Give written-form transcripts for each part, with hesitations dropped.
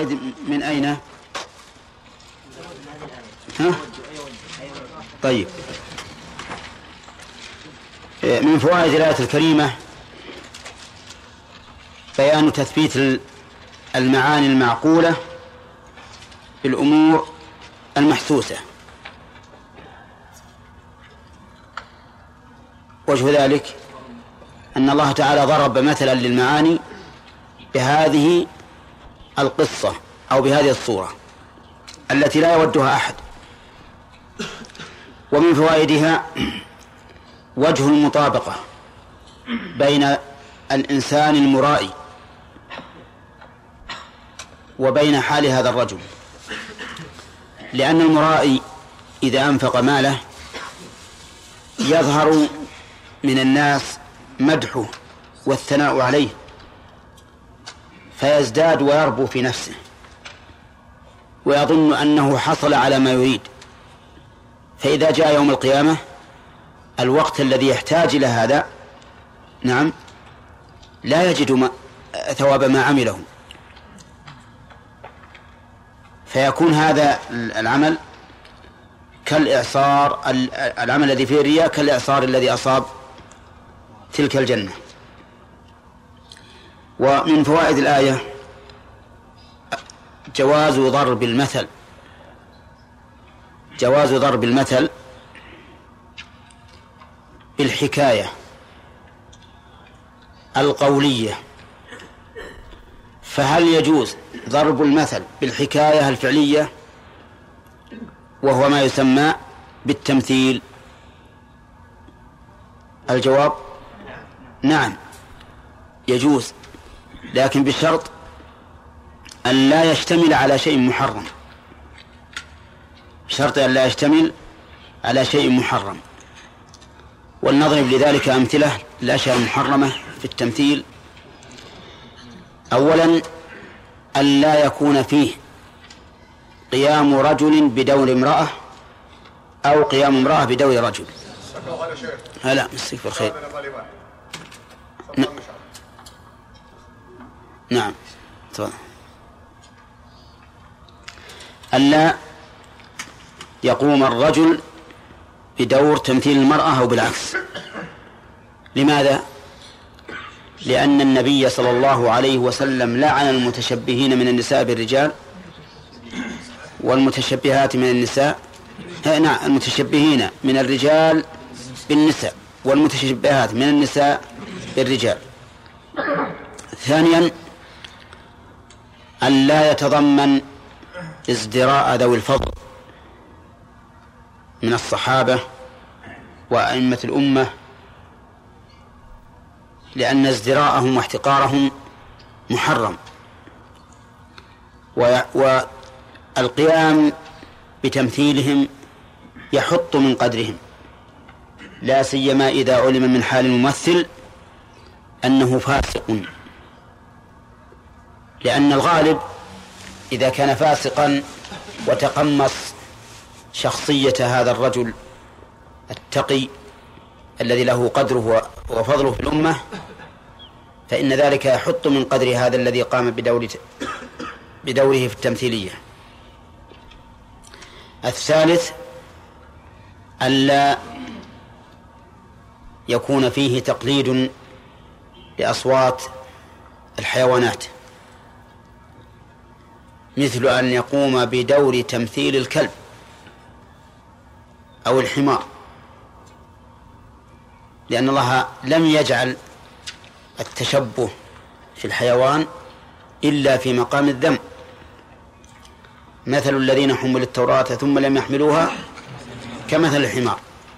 الفوائد من أين؟ ها؟ طيب، من فوائد الآية الكريمة بيان تثبيت المعاني المعقولة بالأمور المحسوسة. وجه ذلك أن الله تعالى ضرب مثلا للمعاني بهذه القصة أو بهذه الصورة التي لا يودها أحد. ومن فوائدها وجه المطابقة بين الإنسان المرائي وبين حال هذا الرجل، لأن المرائي إذا أنفق ماله يظهر من الناس مدحه والثناء عليه فيزداد ويربو في نفسه ويظن أنه حصل على ما يريد، فإذا جاء يوم القيامة الوقت الذي يحتاج إلى هذا نعم لا يجد ثواب ما عمله، فيكون هذا العمل كالإعصار، العمل الذي فيه الرياء كالإعصار الذي أصاب تلك الجنة. ومن فوائد الآية جواز ضرب المثل بالحكاية القولية. فهل يجوز ضرب المثل بالحكاية الفعلية وهو ما يسمى بالتمثيل؟ الجواب نعم يجوز، لكن بشرط أن لا يشتمل على شيء محرم، بشرط أن لا يشتمل على شيء محرم. ولنضرب لذلك أمثلة الأشياء المحرمة في التمثيل. أولا أن لا يكون فيه قيام رجل بدور امرأة أو قيام امرأة بدور رجل. هلا مسك بالخير. نعم تفضل. ألا يقوم الرجل بدور تمثيل المرأة أو بالعكس. لماذا؟ لأن النبي صلى الله عليه وسلم لعن المتشبهين من النساء بالرجال والمتشبهات من النساء، المتشبهين من الرجال بالنساء والمتشبهات من النساء بالرجال. ثانيا أن لا يتضمن ازدراء ذوي الفضل من الصحابة وأئمة الأمة، لأن ازدراءهم واحتقارهم محرم، والقيام بتمثيلهم يحط من قدرهم، لا سيما إذا علم من حال الممثل أنه فاسق، لأن الغالب إذا كان فاسقا وتقمص شخصية هذا الرجل التقي الذي له قدره وفضله في الأمة فإن ذلك يحط من قدر هذا الذي قام بدوره في التمثيلية. الثالث ألا يكون فيه تقليد لأصوات الحيوانات، مثل أن يقوم بدور تمثيل الكلب أو الحمار، لأن الله لم يجعل التشبه في الحيوان إلا في مقام الذم. مثل الذين حملوا التوراة ثم لم يحملوها كمثل الحمار.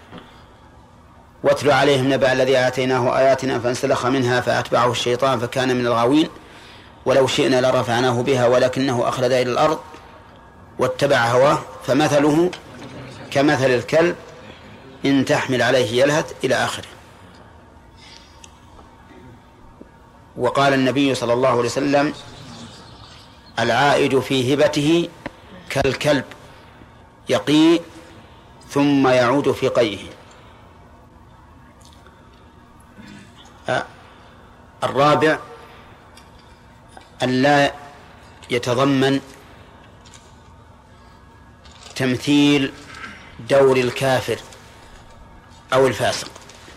واتل عليهم نبأ الذي آتيناه آياتنا فانسلخ منها فأتبعه الشيطان فكان من الغاوين ولو شئنا لرفعناه بها ولكنه أخلد إلى الأرض واتبع هواه فمثله كمثل الكلب إن تحمل عليه يلهث إلى آخره. وقال النبي صلى الله عليه وسلم العائد في هبته كالكلب يقيء ثم يعود في قيئه. الرابع أن لا يتضمن تمثيل دور الكافر أو الفاسق،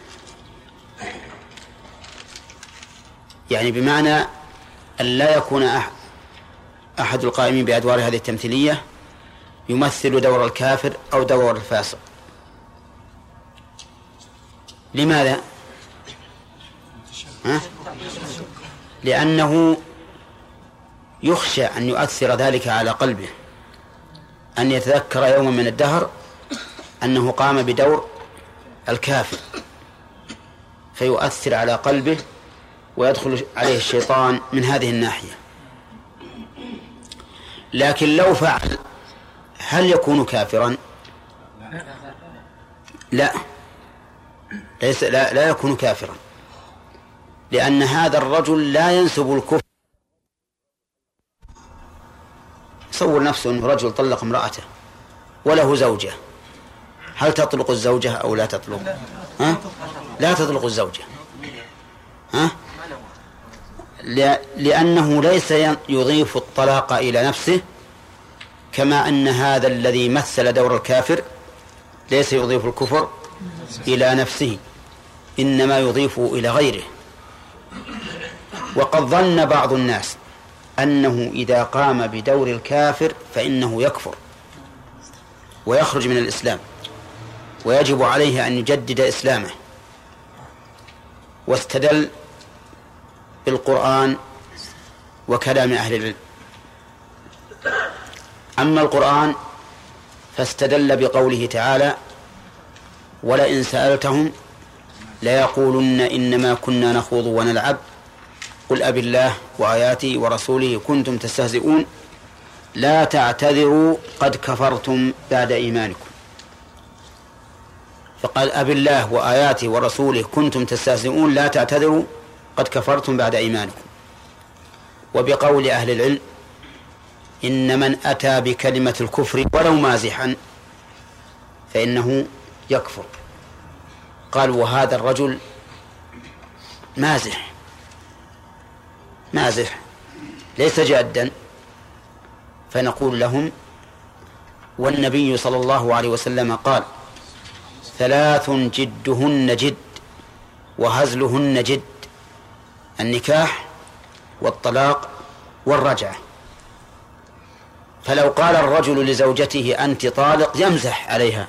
يعني بمعنى أن لا يكون أحد القائمين بأدوار هذه التمثيلية يمثل دور الكافر أو دور الفاسق. لماذا؟ لأنه يخشى أن يؤثر ذلك على قلبه، أن يتذكر يوما من الدهر أنه قام بدور الكافر فيؤثر على قلبه ويدخل عليه الشيطان من هذه الناحية. لكن لو فعل هل يكون كافرا؟ لا، لا يكون كافرا، لأن هذا الرجل لا ينسب الكفر. تصور نفسه أنه رجل طلق امرأته وله زوجة، هل تطلق الزوجة أو لا تطلق؟ لا تطلق الزوجة، لأنه ليس يضيف الطلاق إلى نفسه، كما أن هذا الذي مثل دور الكافر ليس يضيف الكفر إلى نفسه، إنما يضيفه إلى غيره. وقد ظن بعض الناس أنه إذا قام بدور الكافر فإنه يكفر ويخرج من الإسلام ويجب عليه أن يجدد إسلامه، واستدل بالقرآن وكلام أهل العلم. أما القرآن فاستدل بقوله تعالى: ولئن سألتهم ليقولن إنما كنا نخوض ونلعب قل أب الله وآياته ورسوله كنتم تستهزئون لا تعتذروا قد كفرتم بعد إيمانكم. فقال: أب الله وآياته ورسوله كنتم تستهزئون لا تعتذروا قد كفرتم بعد إيمانكم. وبقول أهل العلم: إن من أتى بكلمة الكفر ولو مازحا فإنه يكفر. قال: وهذا الرجل مازح ليس جادا. فنقول لهم: والنبي صلى الله عليه وسلم قال: 3 جدهن جد وهزلهن جد: النكاح والطلاق والرجعة. فلو قال الرجل لزوجته أنت طالق يمزح عليها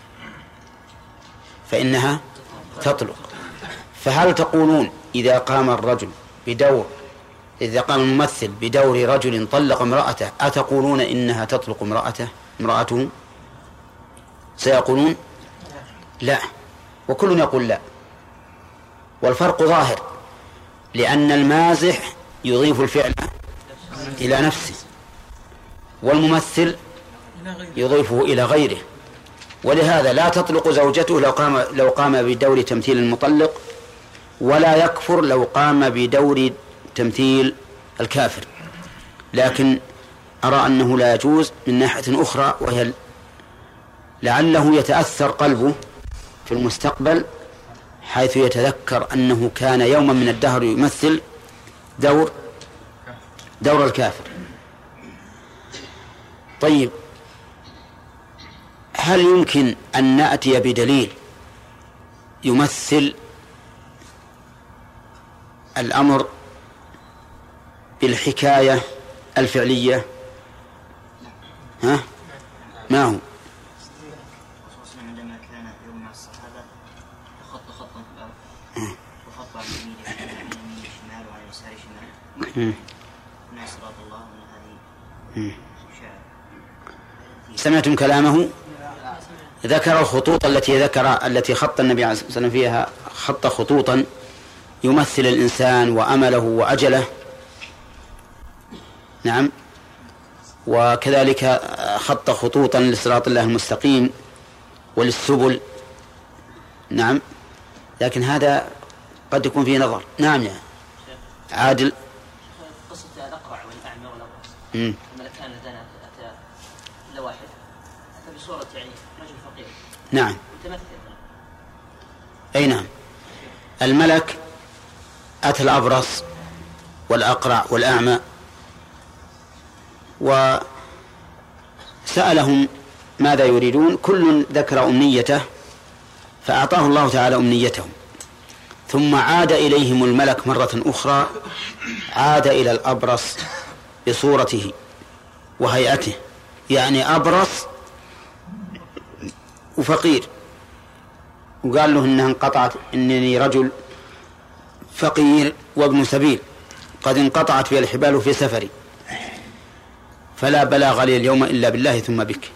فإنها تطلق. فهل تقولون إذا قام الممثل بدور رجل طلق امرأته أتقولون إنها تطلق امرأته؟ سيقولون لا، وكل يقول لا. والفرق ظاهر، لأن المازح يضيف الفعل إلى نفسه والممثل يضيفه إلى غيره. ولهذا لا تطلق زوجته لو قام بدور تمثيل المطلق، ولا يكفر لو قام بدور تمثيل الكافر. لكن أرى أنه لا يجوز من ناحية أخرى، وهي لعله يتأثر قلبه في المستقبل حيث يتذكر أنه كان يوما من الدهر يمثل دور الكافر. طيب، هل يمكن أن نأتي بدليل يمثل الأمر بالحكاية الفعلية؟ ما هو؟ عندما كان يوم مع الصحابة خط خطا في الأرض وخط على اليمين شمال وعلى اليسار شمال هنا صراط الله من هذه شعر. سمعتم كلامه؟ ذكر الخطوط التي خط النبي عليه الصلاة والسلام فيها، خط خطوطا يمثل الإنسان وأمله وأجله. نعم. وكذلك خط خطوطا لصراط الله المستقيم وللسبل. نعم. لكن هذا قد يكون فيه نظر. نعم يا عادل. قصة الأقرع والأعمى والأبرص لما كان لدينا لواحد أتى بصورة يعني رجل فقير. نعم. متمثل. أي نعم. الملك أتى الأبرص والأقرع والأعمى وسألهم ماذا يريدون، كل ذكر أمنيته فأعطاه الله تعالى أمنيتهم. ثم عاد إليهم الملك مرة أخرى، عاد إلى الأبرص بصورته وهيئته، يعني أبرص وفقير، وقال له إنها انقطعت، إنني رجل فقير وابن سبيل، قد انقطعت بي الحبال في سفري، فلا بلاغ لي اليوم إلا بالله ثم بك.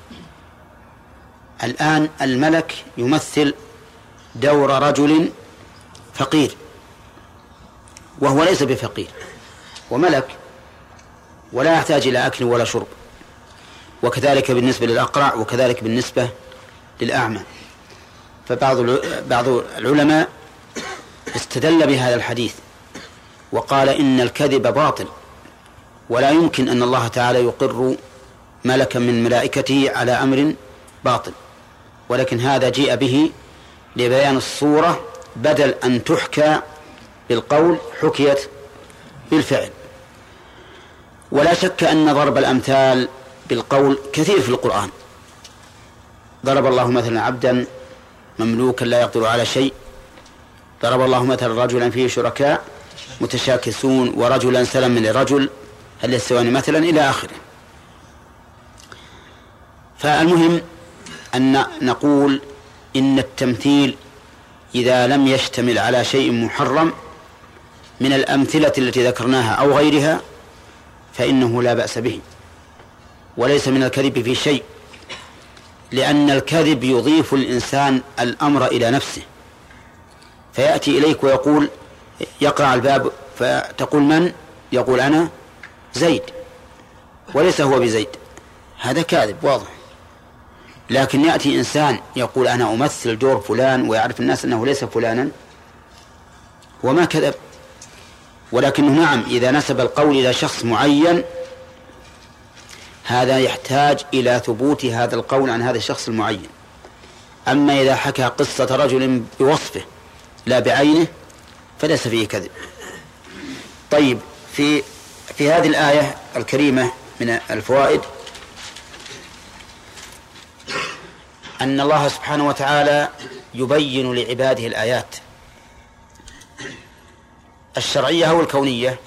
الآن الملك يمثل دور رجل فقير وهو ليس بفقير، وملك ولا يحتاج إلى أكل ولا شرب، وكذلك بالنسبة للأقرع، وكذلك بالنسبة للأعمى. فبعض العلماء استدل بهذا الحديث وقال إن الكذب باطل، ولا يمكن أن الله تعالى يقر ملكا من ملائكته على أمر باطل، ولكن هذا جيء به لبيان الصورة، بدل أن تحكى بالقول حكيت بالفعل. ولا شك أن ضرب الأمثال بالقول كثير في القرآن. ضرب الله مثلا عبدا مملوكا لا يقدر على شيء، ضرب الله مثلا رجلا فيه شركاء متشاكسون، ورجلا سلما لرجل هل يستويان مثلا، إلى آخره. فالمهم أن نقول إن التمثيل إذا لم يشتمل على شيء محرم من الأمثلة التي ذكرناها أو غيرها فإنه لا بأس به، وليس من الكذب في شيء، لأن الكذب يضيف الإنسان الأمر إلى نفسه، فيأتي إليك ويقول، يقرع الباب فتقول من؟ يقول أنا زيد، وليس هو بزيد، هذا كاذب واضح. لكن يأتي إنسان يقول أنا أمثل دور فلان، ويعرف الناس أنه ليس فلانا، وما كذب، ولكنه نعم إذا نسب القول إلى شخص معين هذا يحتاج إلى ثبوت هذا القول عن هذا الشخص المعين. أما إذا حكى قصة رجل بوصفه لا بعينه فليس فيه كذب. طيب، في هذه الآية الكريمة من الفوائد أن الله سبحانه وتعالى يبين لعباده الآيات الشرعية أو الكونية،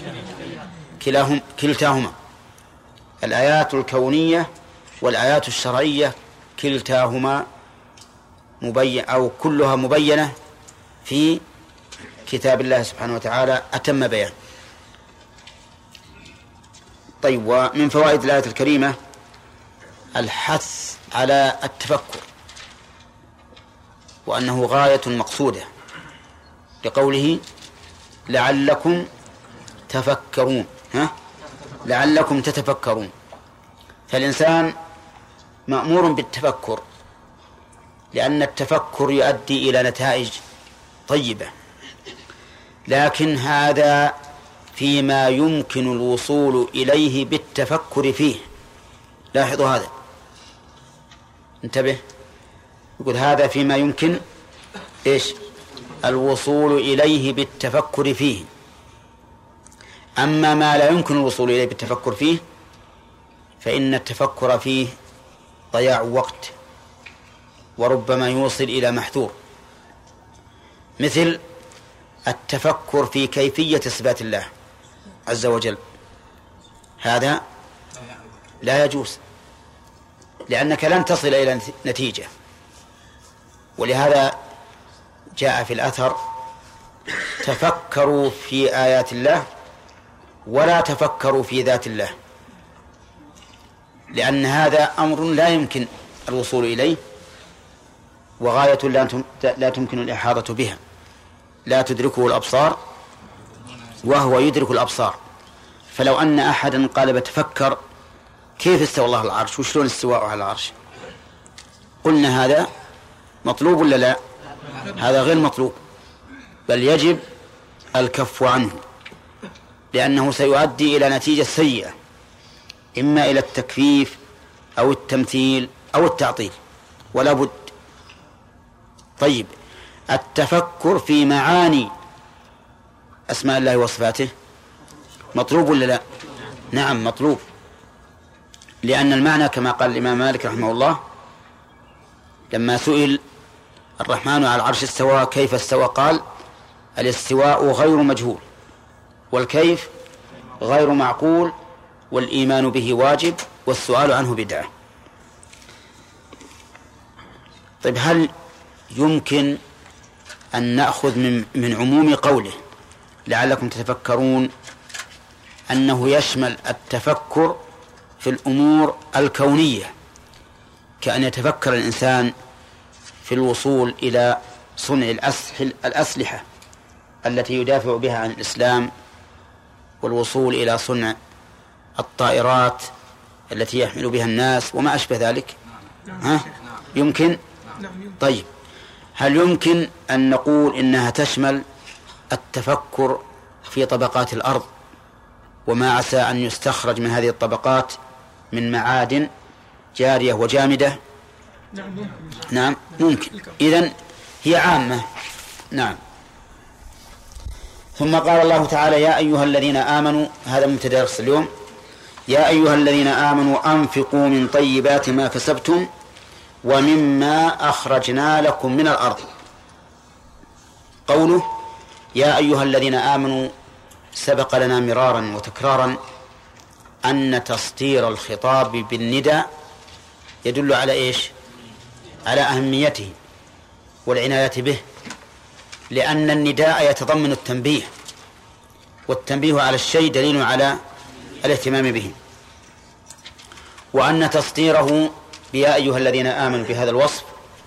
كلتاهما، الآيات الكونية والآيات الشرعية كلتاهما مبين أو كلها مبينة في كتاب الله سبحانه وتعالى أتم بيان. طيب، ومن فوائد الآية الكريمة الحث على التفكر، وأنه غاية مقصودة، لقوله لعلكم تفكرون، لعلكم تتفكرون. فالإنسان مأمور بالتفكر، لأن التفكر يؤدي إلى نتائج طيبة، لكن هذا فيما يمكن الوصول إليه بالتفكر فيه. لاحظوا هذا، انتبه، يقول هذا فيما يمكن الوصول إليه بالتفكر فيه. أما ما لا يمكن الوصول إليه بالتفكر فيه فإن التفكر فيه ضياع وقت، وربما يوصل إلى محذور، مثل التفكر في كيفية صفات الله عز وجل، هذا لا يجوز، لأنك لن تصل إلى نتيجة. ولهذا جاء في الأثر تفكروا في آيات الله ولا تفكروا في ذات الله، لأن هذا أمر لا يمكن الوصول إليه، وغاية لا تمكن الإحاطة بها، لا تدركه الأبصار وهو يدرك الأبصار. فلو أن أحدا قال بتفكر كيف استوى الله على العرش وشلون استواءه على العرش، قلنا هذا مطلوب ولا لا؟ هذا غير مطلوب، بل يجب الكف عنه، لأنه سيؤدي إلى نتيجة سيئة، إما إلى التكفيف أو التمثيل أو التعطيل، ولا بد. طيب، التفكر في معاني أسماء الله وصفاته مطلوب ولا لا؟ نعم مطلوب، لأن المعنى كما قال الإمام مالك رحمه الله لما سئل الرحمن على العرش استوى كيف استوى قال الاستواء غير مجهول والكيف غير معقول والإيمان به واجب والسؤال عنه بدعة. طيب هل يمكن أن نأخذ من عموم قوله لعلكم تتفكرون أنه يشمل التفكر في الأمور الكونية كأن يتفكر الإنسان في الوصول إلى صنع الأسلحة التي يدافع بها عن الإسلام والوصول إلى صنع الطائرات التي يحمل بها الناس وما أشبه ذلك؟ يمكن؟ طيب هل يمكن أن نقول إنها تشمل التفكر في طبقات الأرض وما عسى أن يستخرج من هذه الطبقات من معادن جارية وجامدة؟ نعم ممكن. إذن هي عامة. نعم. ثم قال الله تعالى يا أيها الذين آمنوا، هذا مبتدأ درس اليوم، يا أيها الذين آمنوا أنفقوا من طيبات ما كسبتم ومما أخرجنا لكم من الأرض. قوله يا أيها الذين آمنوا سبق لنا مرارا وتكرارا أن تسطير الخطاب بالندى يدل على إيش؟ على أهميته والعناية به، لأن النداء يتضمن التنبيه، والتنبيه على الشيء دليل على الاهتمام به، وأن تسطيره بيا أيها الذين آمنوا بهذا الوصف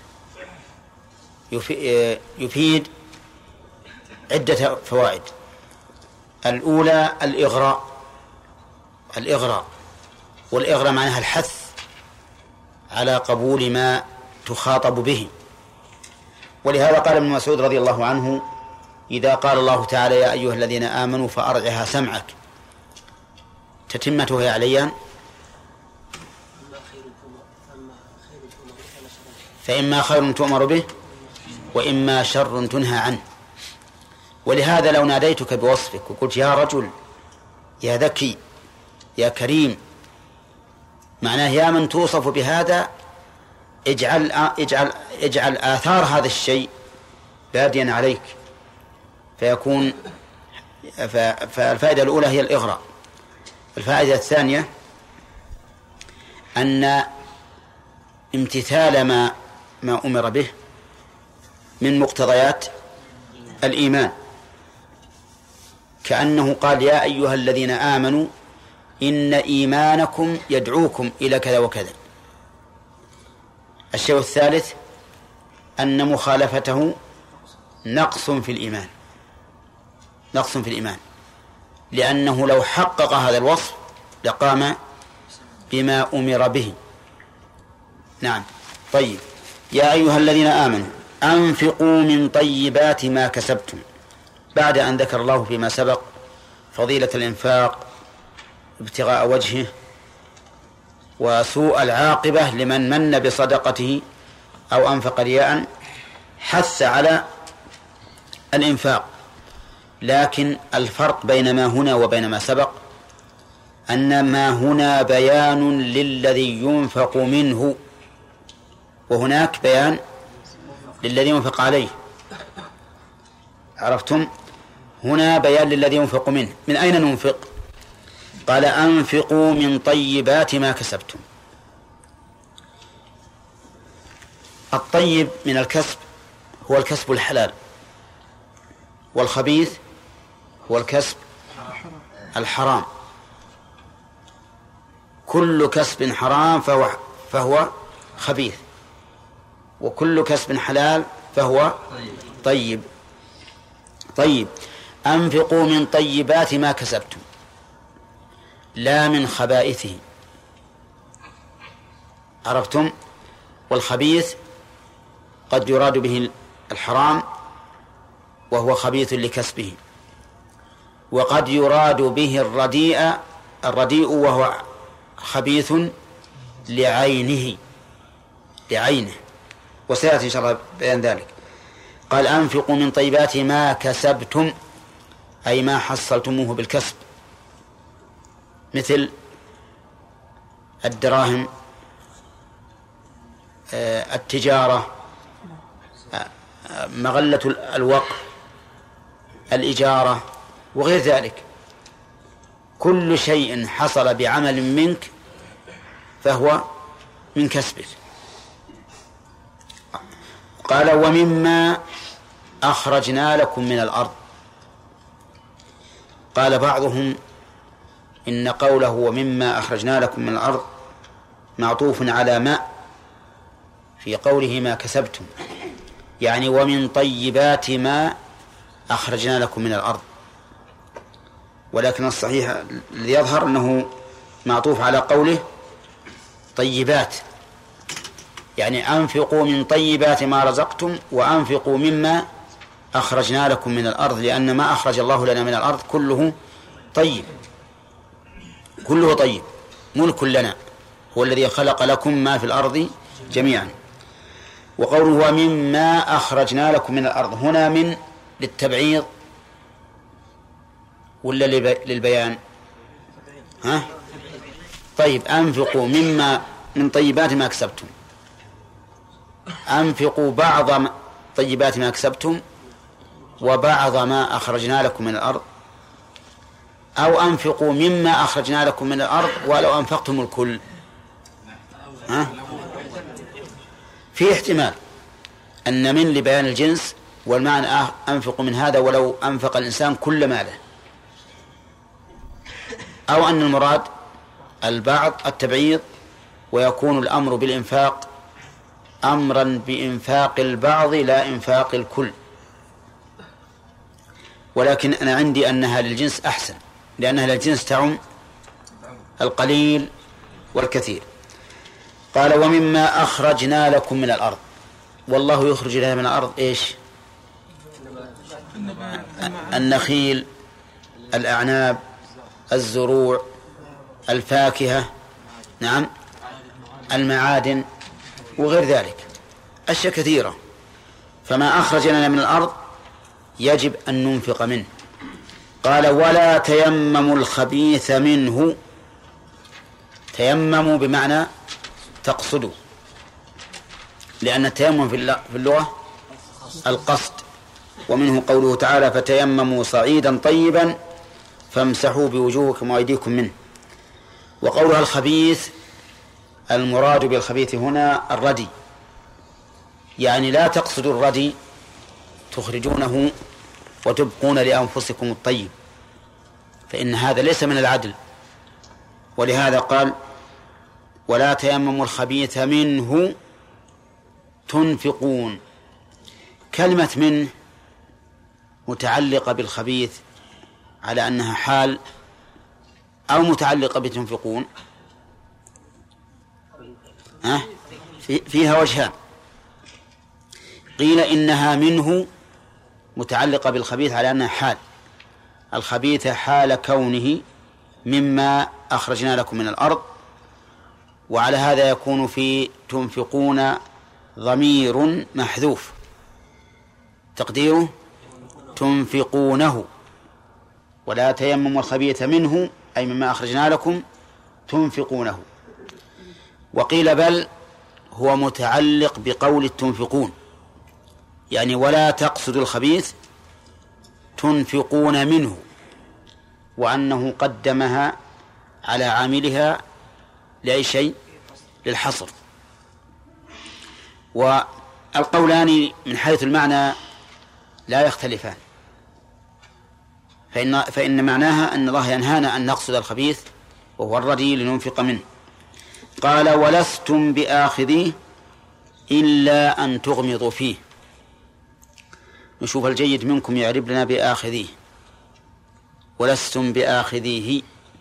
يفيد عدة فوائد. الأولى الإغراء والإغراء معناها الحث على قبول ما تخاطب به، ولهذا قال ابن مسعود رضي الله عنه إذا قال الله تعالى يا أيها الذين آمنوا فأرعها سمعك، تتمته يا عليان فإما خير تؤمر به وإما شر تنهى عنه. ولهذا لو ناديتك بوصفك وقلت يا رجل يا ذكي يا معناه يا من توصف بهذا اجعل آثار هذا الشيء باديا عليك، فيكون فالفائدة الأولى هي الإغراء. الفائدة الثانية أن امتثال ما أمر به من مقتضيات الإيمان، كأنه قال يا أيها الذين آمنوا إن إيمانكم يدعوكم إلى كذا وكذا. الشيء الثالث أن مخالفته نقص في الإيمان، لأنه لو حقق هذا الوصف لقام بما أمر به. نعم. طيب يا أيها الذين آمنوا أنفقوا من طيبات ما كسبتم، بعد أن ذكر الله فيما سبق فضيلة الإنفاق ابتغاء وجهه وسوء العاقبة لمن من بصدقته أو أنفق رياء، حث على الإنفاق. لكن الفرق بين ما هنا وبين ما سبق أن ما هنا بيان للذي ينفق منه وهناك بيان للذي ينفق عليه. عرفتم؟ هنا بيان للذي ينفق منه. من أين ننفق؟ قال أنفقوا من طيبات ما كسبتم. الطيب من الكسب هو الكسب الحلال، والخبيث هو الكسب الحرام. كل كسب حرام فهو خبيث، وكل كسب حلال فهو طيب. أنفقوا من طيبات ما كسبتم لا من خبائثه. عرفتم؟ والخبيث قد يراد به الحرام وهو خبيث لكسبه، وقد يراد به الرديء وهو خبيث لعينه، وسيأتي إن شاء الله بيان ذلك. قال أنفقوا من طيبات ما كسبتم أي ما حصلتموه بالكسب، مثل الدراهم، التجارة، مغلة الوقف، الإجارة وغير ذلك. كل شيء حصل بعمل منك فهو من كسبك. قال ومما أخرجنا لكم من الأرض. قال بعضهم إن قوله ومما أخرجنا لكم من الأرض معطوف على ما في قوله ما كسبتم، يعني ومن طيبات ما أخرجنا لكم من الأرض، ولكن الصحيح الذي يظهر أنه معطوف على قوله طيبات، يعني أنفقوا من طيبات ما رزقتم وأنفقوا مما أخرجنا لكم من الأرض، لأن ما أخرج الله لنا من الأرض كله طيب، كله طيب، ملك لنا، هو الذي خلق لكم ما في الأرض جميعا. وقوله ومما أخرجنا لكم من الأرض هنا من للتبعيض ولا للبيان؟ ها؟ طيب أنفقوا مما من طيبات ما كسبتم، أنفقوا بعض طيبات ما كسبتم وبعض ما أخرجنا لكم من الأرض، أو أنفقوا مما أخرجنا لكم من الأرض ولو أنفقتم الكل. ها؟ في احتمال أن من لبيان الجنس، والمعنى أنفقوا من هذا ولو أنفق الإنسان كل ماله، أو أن المراد البعض التبعيض، ويكون الأمر بالإنفاق أمرا بإنفاق البعض لا إنفاق الكل. ولكن أنا عندي أنها للجنس أحسن، لأنها للجنس تعم القليل والكثير. قال ومما أخرجنا لكم من الأرض، والله يخرج لنا من الأرض إيش؟ النخيل، الأعناب، الزروع، الفاكهة، نعم، المعادن وغير ذلك، أشياء كثيرة. فما أخرج لنا من الأرض يجب أن ننفق منه. قال ولا تيمموا الخبيث منه. تيمموا بمعنى تقصدوا، لأن التيمم في اللغة القصد، ومنه قوله تعالى فتيمموا صعيدا طيبا فامسحوا بوجوهكم وأيديكم منه. وقولها الخبيث المراد بالخبيث هنا الردي، يعني لا تقصدوا الردي تخرجونه وتبقون لأنفسكم الطيب، فإن هذا ليس من العدل. ولهذا قال ولا تيمموا الخبيث منه تنفقون. كلمة منه متعلقة بالخبيث على أنها حال أو متعلقة بتنفقون؟ فيها وجهان. قيل إنها منه متعلقة بالخبيث على أنها حال، الخبيث حال كونه مما أخرجنا لكم من الأرض، وعلى هذا يكون في تنفقون ضمير محذوف تقديره تنفقونه، ولا تيمموا الخبيث منه أي مما أخرجنا لكم تنفقونه. وقيل بل هو متعلق بقول تنفقون، يعني ولا تقصدوا الخبيث تنفقون منه، وأنه قدمها على عاملها لأي شيء؟ للحصر. والقولان من حيث المعنى لا يختلفان، فإن معناها أن الله ينهانا أن نقصد الخبيث وهو الردي لننفق منه. قال ولستم بآخذيه إلا أن تغمضوا فيه. نشوف الجيد منكم يعرب لنا بآخذيه. ولستم بآخذيه،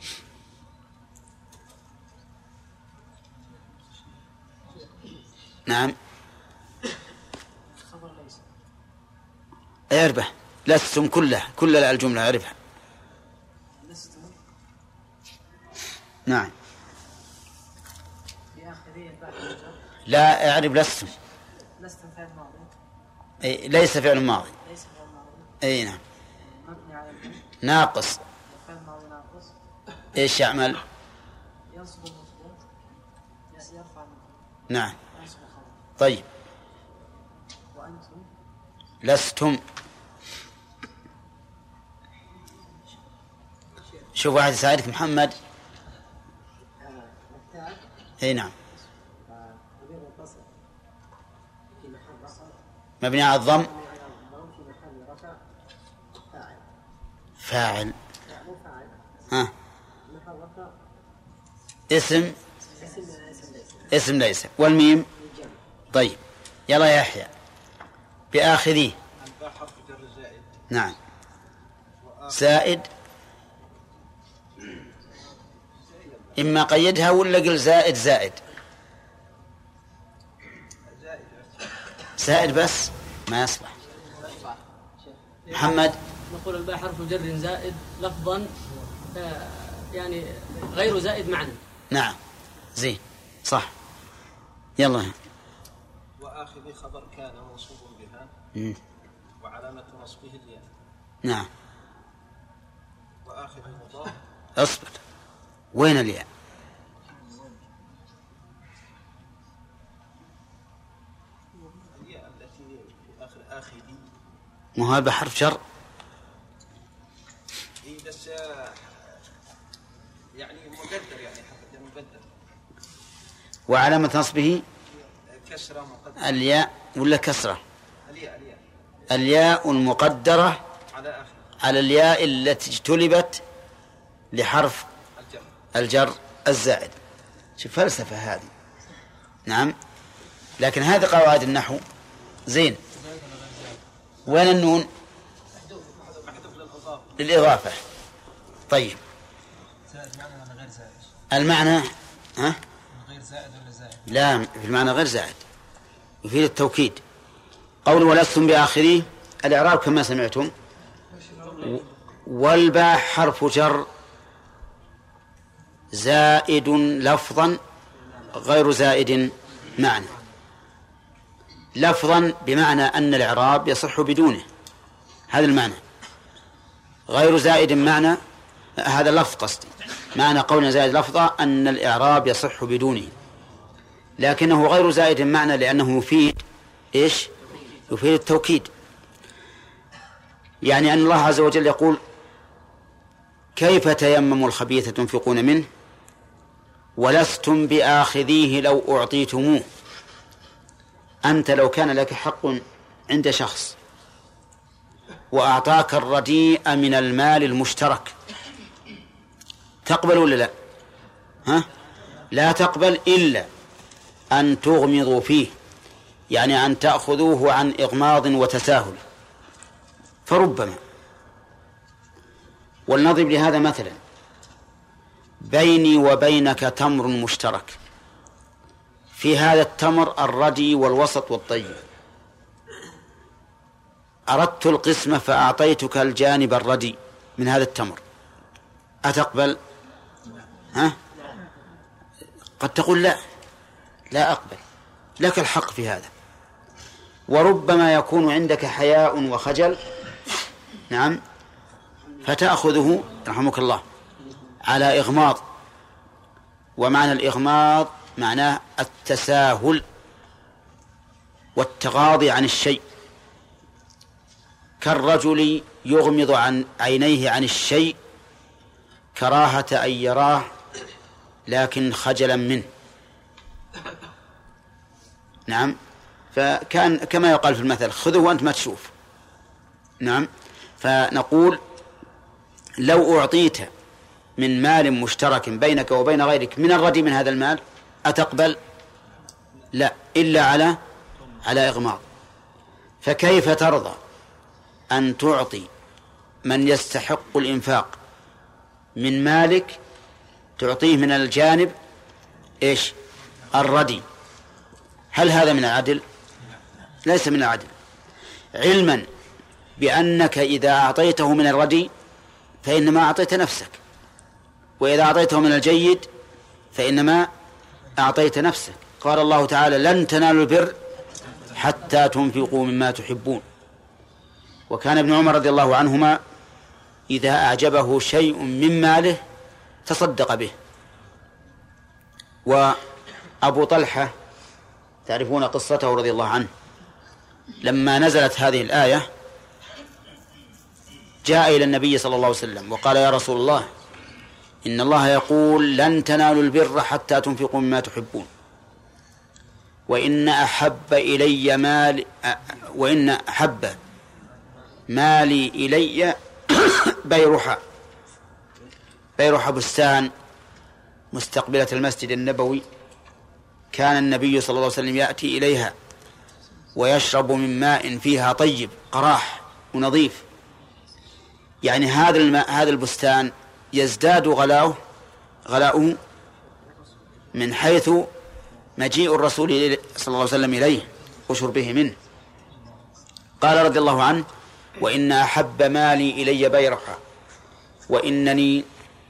نعم اعربه، لستم كل الجملة اعربها. نعم لا اعرب لستم. لستم فعل ماضي ليس فعل ماضي. اي نعم مبني على ناقص. فعل ماضي ناقص. ايش يعمل؟ ينصب المفعول نعم. طيب لستم. شوف واحد يساعدك محمد. اي نعم. مبني على الضم. فاعل. ها. اسم ليس. والميم. طيب يلا يا يحيى بآخذيه. نعم. زائد إما قيدها ولا قل زائد زائد بس ما يصلح. محمد. نقول الباء حرف جر زائد لفظا يعني غير زائد معنى. نعم زين صح. يلا. وآخذ خبر كان منصوب بها وعلامة نصبه الياء. نعم. وآخذ مضاف. اصبر، وين الياء؟ الياء التي في آخر آخذي. ما هو بحرف جر. بس يعني مقدر، يعني حرف مقدر. وعلامة نصبه كسرة مقدرة. الياء ولا كسرة؟ الياء المقدرة على الياء التي اجتلبت لحرف الجر الزائد. شوف فلسفة هذه. نعم. لكن هذه قواعد النحو. زين. وين النون؟ للإضافة. طيب المعنى ها؟ غير زائد ولا زائد؟ لا، في المعنى غير زائد، يفيد التوكيد. قول ولستم بآخره الإعراب كما سمعتم. والباء حرف جر زائد لفظا غير زائد معنى. لفظا بمعنى أن الإعراب يصح بدونه، هذا المعنى. غير زائد معنى، هذا لفظ قصدي. معنى قولنا زائد لفظا أن الإعراب يصح بدونه، لكنه غير زائد معنى لأنه يفيد إيش؟ يفيد التوكيد. يعني أن الله عز وجل يقول كيف تيمموا الخبيث تنفقون منه ولستم بآخذيه لو أعطيتموه. أنت لو كان لك حق عند شخص وأعطاك الرديء من المال المشترك، تقبل ولا لا؟ ها؟ لا تقبل إلا أن تغمضوا فيه، يعني أن تأخذوه عن إغماض وتساهل. فربما، ولنضرب لهذا مثلا، بيني وبينك تمر مشترك، في هذا التمر الردي والوسط والطيب، أردت القسمة فأعطيتك الجانب الردي من هذا التمر، أتقبل؟ ها؟ قد تقول لا أقبل، لك الحق في هذا. وربما يكون عندك حياء وخجل، نعم، فتأخذه رحمك الله على إغماض. ومعنى الإغماض معناه التساهل والتغاضي عن الشيء، كالرجل يغمض عن عينيه عن الشيء كراهة أن يراه لكن خجلا منه. نعم. فكان كما يقال في المثل خذه وأنت ما تشوف. نعم. فنقول لو أعطيت من مال مشترك بينك وبين غيرك من الردي من هذا المال أتقبل؟ لا، إلا على إغماض. فكيف ترضى أن تعطي من يستحق الإنفاق من مالك، تعطيه من الجانب إيش؟ الردي؟ هل هذا من العدل؟ ليس من العدل، علما بأنك إذا أعطيته من الردي فإنما أعطيت نفسك، وإذا أعطيته من الجيد فإنما أعطيت نفسك. قال الله تعالى لن تنالوا البر حتى تنفقوا مما تحبون. وكان ابن عمر رضي الله عنهما إذا أعجبه شيء من ماله تصدق به. أبو طلحة تعرفون قصته رضي الله عنه، لما نزلت هذه الآية جاء إلى النبي صلى الله عليه وسلم وقال: يا رسول الله، إن الله يقول: لن تنالوا البر حتى تنفقوا مما تحبون، وإن أحب مالي إلي بيرحة بستان مستقبلة المسجد النبوي، كان النبي صلى الله عليه وسلم يأتي إليها ويشرب من ماء فيها طيب قراح ونظيف. يعني هذا البستان يزداد غلاؤه من حيث مجيء الرسول صلى الله عليه وسلم إليه وشربه منه. قال رضي الله عنه: وإن أحب مالي إلي بيرحة، وإنني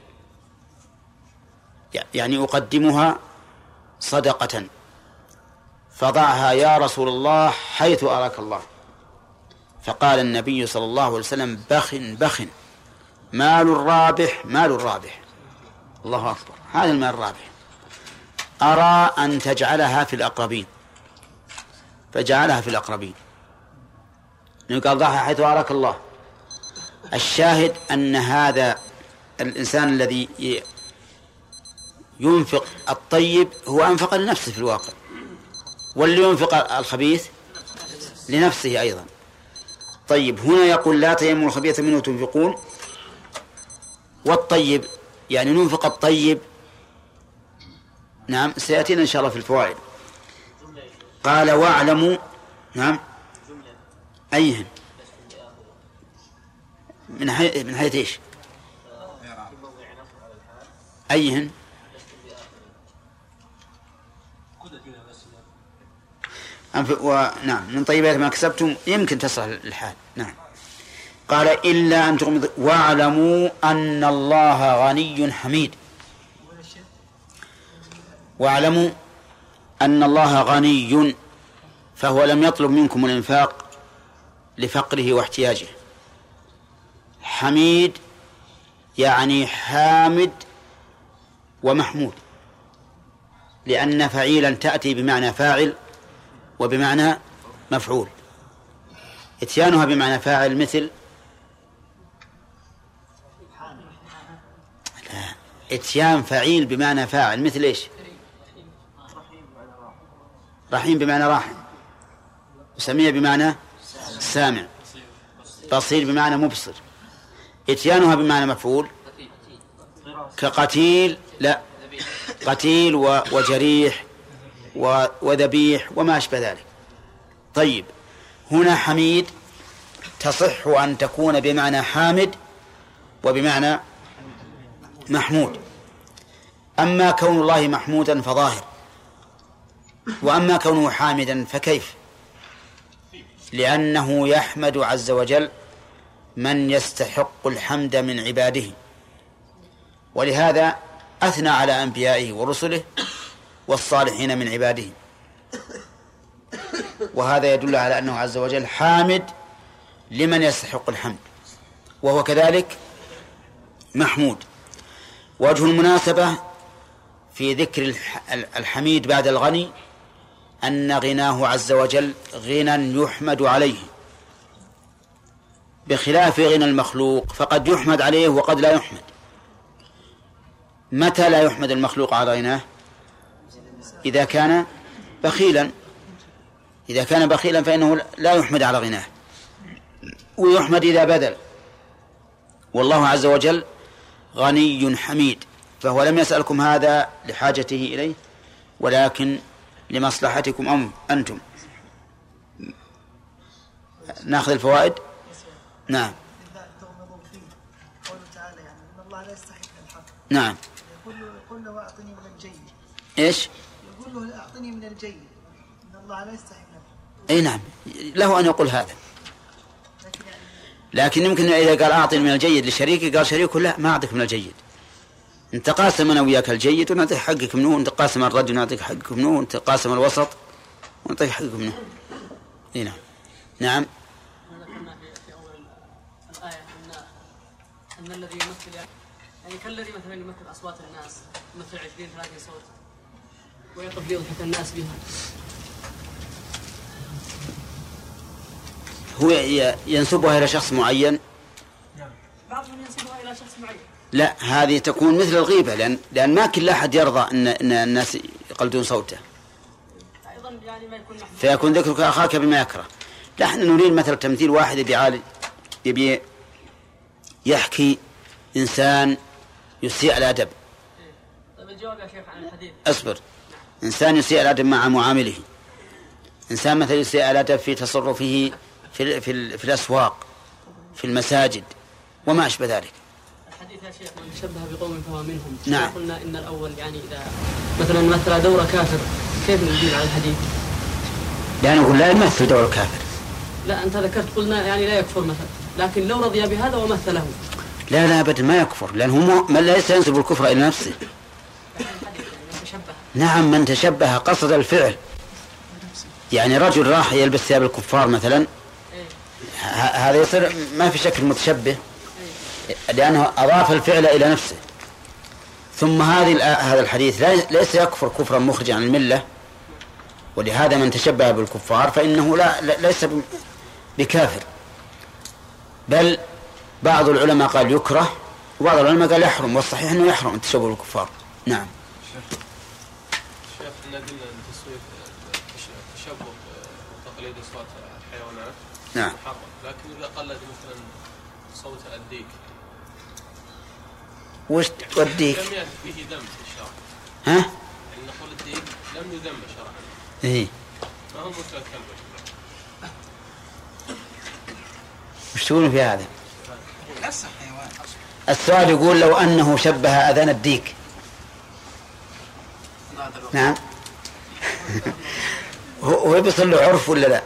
يعني أقدمها صدقة، فضعها يا رسول الله حيث أراك الله. فقال النبي صلى الله عليه وسلم: بخ بخ، مال الرابح مال الرابح. الله أكبر، هذا المال الرابح. أرى أن تجعلها في الأقربين، فجعلها في الأقربين، قال: ضعها حيث أراك الله. الشاهد أن هذا الإنسان الذي ينفق الطيب هو أنفق لنفسه في الواقع، واللي ينفق الخبيث لنفسه أيضا. طيب، هنا يقول: لا تيمموا الخبيث منه تنفقون، والطيب يعني ننفق الطيب. نعم، سيأتينا إن شاء الله في الفوائد. قال: واعلموا. نعم، أيهن من حيث إيش؟ أيهن؟ نعم، من طيبات ما كسبتم يمكن تصلح الحال. نعم. قال: إلا أن تغمضوا واعلموا أن الله غني حميد. واعلموا أن الله غني، فهو لم يطلب منكم الإنفاق لفقره واحتياجه. حميد يعني حامد ومحمود، لأن فعيلا تأتي بمعنى فاعل وبمعنى مفعول. اتيانها بمعنى فاعل مثل اتيان فعيل بمعنى فاعل مثل ايش؟ رحيم بمعنى راحم، وسميع بمعنى سامع، بصير بمعنى مبصر. اتيانها بمعنى مفعول كقتيل، لا، قتيل وجريح وذبيح وما أشبه ذلك. طيب، هنا حميد تصح أن تكون بمعنى حامد وبمعنى محمود. أما كون الله محمودا فظاهر، وأما كونه حامدا فكيف؟ لأنه يحمد عز وجل من يستحق الحمد من عباده، ولهذا أثنى على أنبيائه ورسله والصالحين من عباده، وهذا يدل على أنه عز وجل حامد لمن يستحق الحمد، وهو كذلك محمود. وجه المناسبة في ذكر الحميد بعد الغني أن غناه عز وجل غنى يحمد عليه، بخلاف غنى المخلوق، فقد يحمد عليه وقد لا يحمد. متى لا يحمد المخلوق على غناه؟ إذا كان بخيلا. إذا كان بخيلا فإنه لا يحمد على غناه، ويحمد إذا بذل. والله عز وجل غني حميد، فهو لم يسألكم هذا لحاجته إليه، ولكن لمصلحتكم أنتم. نأخذ الفوائد. نعم. قوله تعالى يعني إن الله لا يستحق الحق. نعم. يقول له أعطني من الجيد. إيش؟ يقول له أعطني من الجيد، إن الله لا يستحق الحق. أي نعم، له أن يقول هذا، لكن يمكن إذا قال أعطني من الجيد لشريكي، قال شريكه لا، ما أعطيك من الجيد، أنت قاسم أنا وياك الجيد ونعطيك حقك منه، أنت قاسم الرجل ونعطيك حقك منه، أنت قاسم الوسط ونعطيك حقك منه. هنا نعم. ذكرنا في أول الآية أن الذي يمثل يعني كالذي مثلا يمثل أصوات الناس، يمثل 20-30 صوت، ويقف يضحك الناس بها. هو ينسبها إلى شخص معين. بعضهم ينسبها إلى شخص معين. لا، هذه تكون مثل الغيبة، لأن ما كل أحد يرضى أن الناس يقلدون صوته. أيضا يعني ما يكون فيكون ذكرك أخاك بما يكره. نحن نريد مثل تمثيل واحد يبي يحكي إنسان يسيء الأدب. طيب الجواب يا شيخ عن الحديث. أصبر. إنسان يسيء الأدب مع معامله، إنسان مثل يسيء الأدب في تصرفه في الأسواق، في المساجد وما أشبه ذلك. الحديث يا شيخ من تشبه بقوم فهو منهم. نعم. قلنا إن الأول يعني إذا مثلا مثل دور كافر كيف نجيب على الحديث؟ لا نقول لا يمثل دور الكافر. لا أنت ذكرت قلنا يعني لا يكفر مثلا، لكن لو رضي بهذا ومثله. لا أبدا ما يكفر، لأنه من ليس ينسب الكفر إلى نفسه. نعم، من تشبه قصد الفعل. يعني رجل راح يلبس ثياب الكفار مثلا، هذا يصير ما في شكل متشبه، لأنه أضاف الفعل إلى نفسه. ثم هذا الحديث ليس يكفر كفرا مخرجا عن الملة، ولهذا من تشبه بالكفار فإنه ليس بكافر، بل بعض العلماء قال يكره وبعض العلماء قال يحرم، والصحيح أنه يحرم التشبه بالكفار. نعم. شيخ إن أدلة تشبه تقليد أصوات الحيوانات نعم محرم، لكن إذا قلد مثلا صوت الديك وش توديك؟ لم يأتي فيه ذم في الشرع. ها؟ يعني نقول الديك لم يذم شرعا. إيه. ما هو مثل الكلب. وش تقولون في هذا؟ السؤال يقول لو أنه شبه أذان الديك. نعم. هو بيصل له عرف ولا لا؟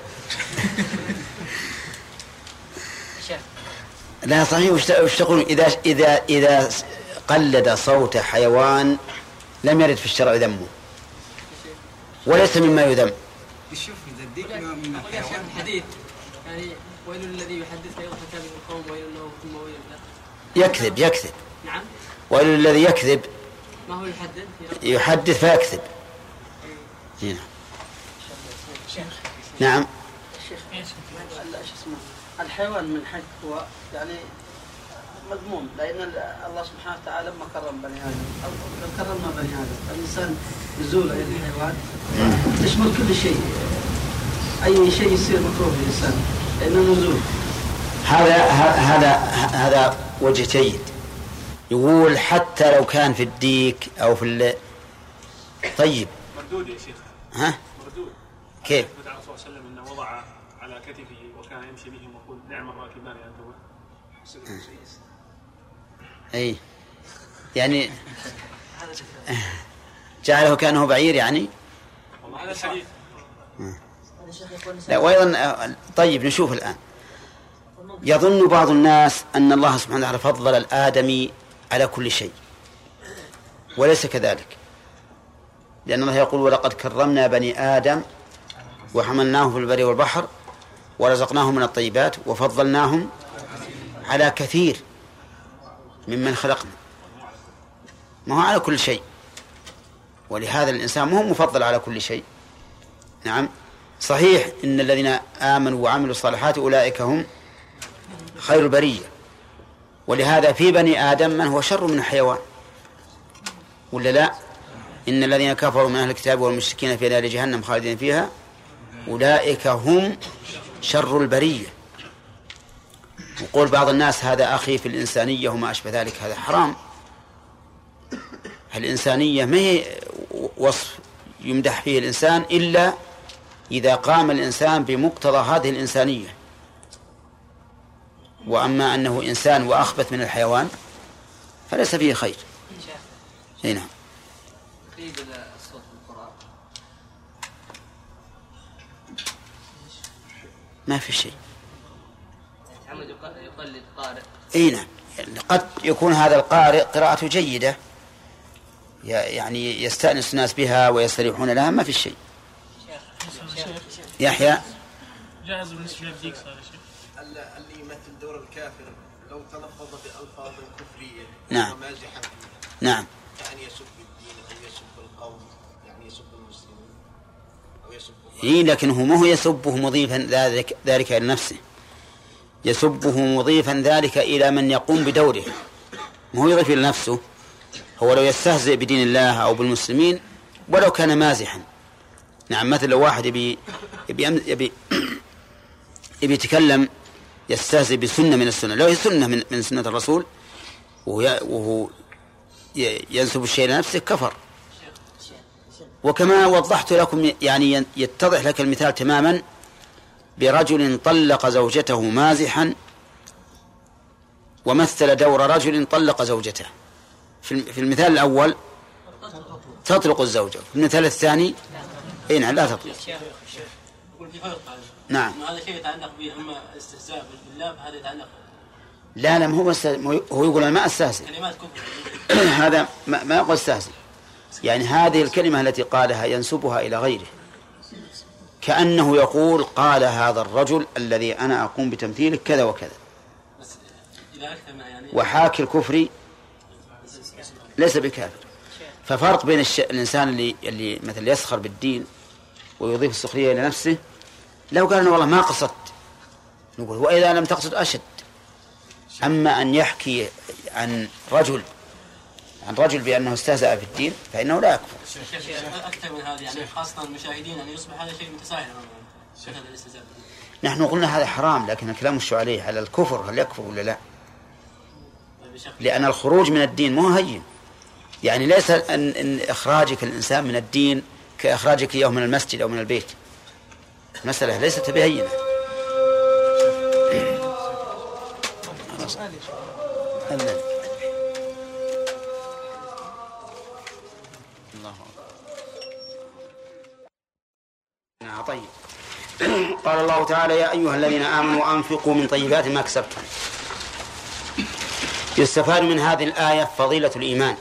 لا صحيح. وش تقولون إذا قلد صوت حيوان لم يرد في الشرع ذمه وليس مما يذم؟ شوف إذا الديك من الحيوان الحديث يعني ويل الذي يحدث فيضحك به القوم ويل له ثم ويل له. يكذب. نعم. ويل الذي يكذب. ما هو يحدث فيكذب. نعم. الحيوان من حق هو يعني مذموم، لأن الله سبحانه وتعالى لما كرم بني آدم أو كرمنا بني آدم، الإنسان نزول إلى الحيوان تشمل كل شيء، أي شيء يصير مكروه للإنسان لأنه نزول. هذا وجه جيد. يقول حتى لو كان في الديك أو في طيب مردود يا شيخ. ها؟ مردود. كيف؟ الرسول صلى الله عليه وسلم أنه وضع على كتفه وكان يمشي بهم ويقول نعم الراكبان أنتما. أي يعني جعله كأنه بعير يعني. هذا الحديث. لا وأيضا طيب نشوف الآن. يظن بعض الناس أن الله سبحانه وتعالى فضل الآدمي على كل شيء، وليس كذلك، لأن الله يقول ولقد كرمنا بني آدم وحملناهم في البر والبحر ورزقناهم من الطيبات وفضلناهم على كثير ممن خلقنا. ما هو على كل شيء، ولهذا الإنسان ما هو مفضل على كل شيء. نعم صحيح إن الذين آمنوا وعملوا الصالحات أولئك هم خير البرية، ولهذا في بني آدم من هو شر من الحيوان ولا لا؟ إن الذين كفروا من أهل الكتاب والمشركين في نار جهنم خالدين فيها أولئك هم شر البرية. وقول بعض الناس هذا أخي في الإنسانية وما أشبه ذلك، هذا حرام. الإنسانية ما هي وصف يمدح فيه الإنسان إلا إذا قام الإنسان بمقتضى هذه الإنسانية. وأما أنه إنسان وأخبث من الحيوان فليس فيه خير. هنا تقليد الصوت بالقرآن ما في شيء. يتعمد يقلد قارئ. نعم قد يكون هذا القارئ قراءته جيدة يعني يستأنس الناس بها ويستريحون لها، ما في شيء. يحيى جاهز بالنسبة للديك صار يا شيخ. اللي يمثل دور الكافر لو تلفظ بألفاظ كفرية نعم ومازحا فيها، نعم يعني يسب الدين أو يسب القوم، يعني يسب لكن هو ما هو يسبه مضيفا ذلك إلى نفسه، يسبه مضيفا ذلك إلى من يقوم بدوره، ما هو يضيف إلى نفسه. هو لو يستهزئ بدين الله أو بالمسلمين ولو كان مازحا. نعم، مثل لو واحد يبي يتكلم يستهزئ بسنة من السنة، لو هي سنة من سنة الرسول وهو ينسب الشيء لنفسه كفر. وكما وضحت لكم يعني يتضح لك المثال تماما برجل طلق زوجته مازحا ومثل دور رجل طلق زوجته. في المثال الأول تطلق الزوجة، في المثال الثاني نعم لا تطلق. نعم هذا شيء يتعلق به، أما استهزاء بالله هذا يتعلق. لا هو يقول أنا ما أستهزئ، هذا ما يقول استهزئ. يعني هذه الكلمة التي قالها ينسبها إلى غيره، كأنه يقول قال هذا الرجل الذي أنا أقوم بتمثيله كذا وكذا. وحاكي الكفر ليس بكافر. ففرق بين الإنسان اللي مثل يسخر بالدين ويضيف السخرية إلى نفسه، لو قال أنا والله ما قصدت نقول وإذا لم تقصد أشد. أما أن يحكي عن رجل بأنه استهزأ في الدين فإنه لا يكفر. أكثر من هذا يعني خاصة المشاهدين أن يصبح هذا شيء متساهل. نحن قلنا هذا حرام، لكن الكلام مش عليه على الكفر، هل يكفر ولا لا؟ لأن الخروج من الدين مو هين. يعني ليس أن إخراجك الإنسان من الدين كإخراجك إياه من المسجد أو من البيت، مسألة ليست بهينة. طيب. قال الله تعالى يا أيها الذين آمنوا أنفقوا من طيبات ما كسبتم. يستفاد من هذه الآية فضيلة الإيمان،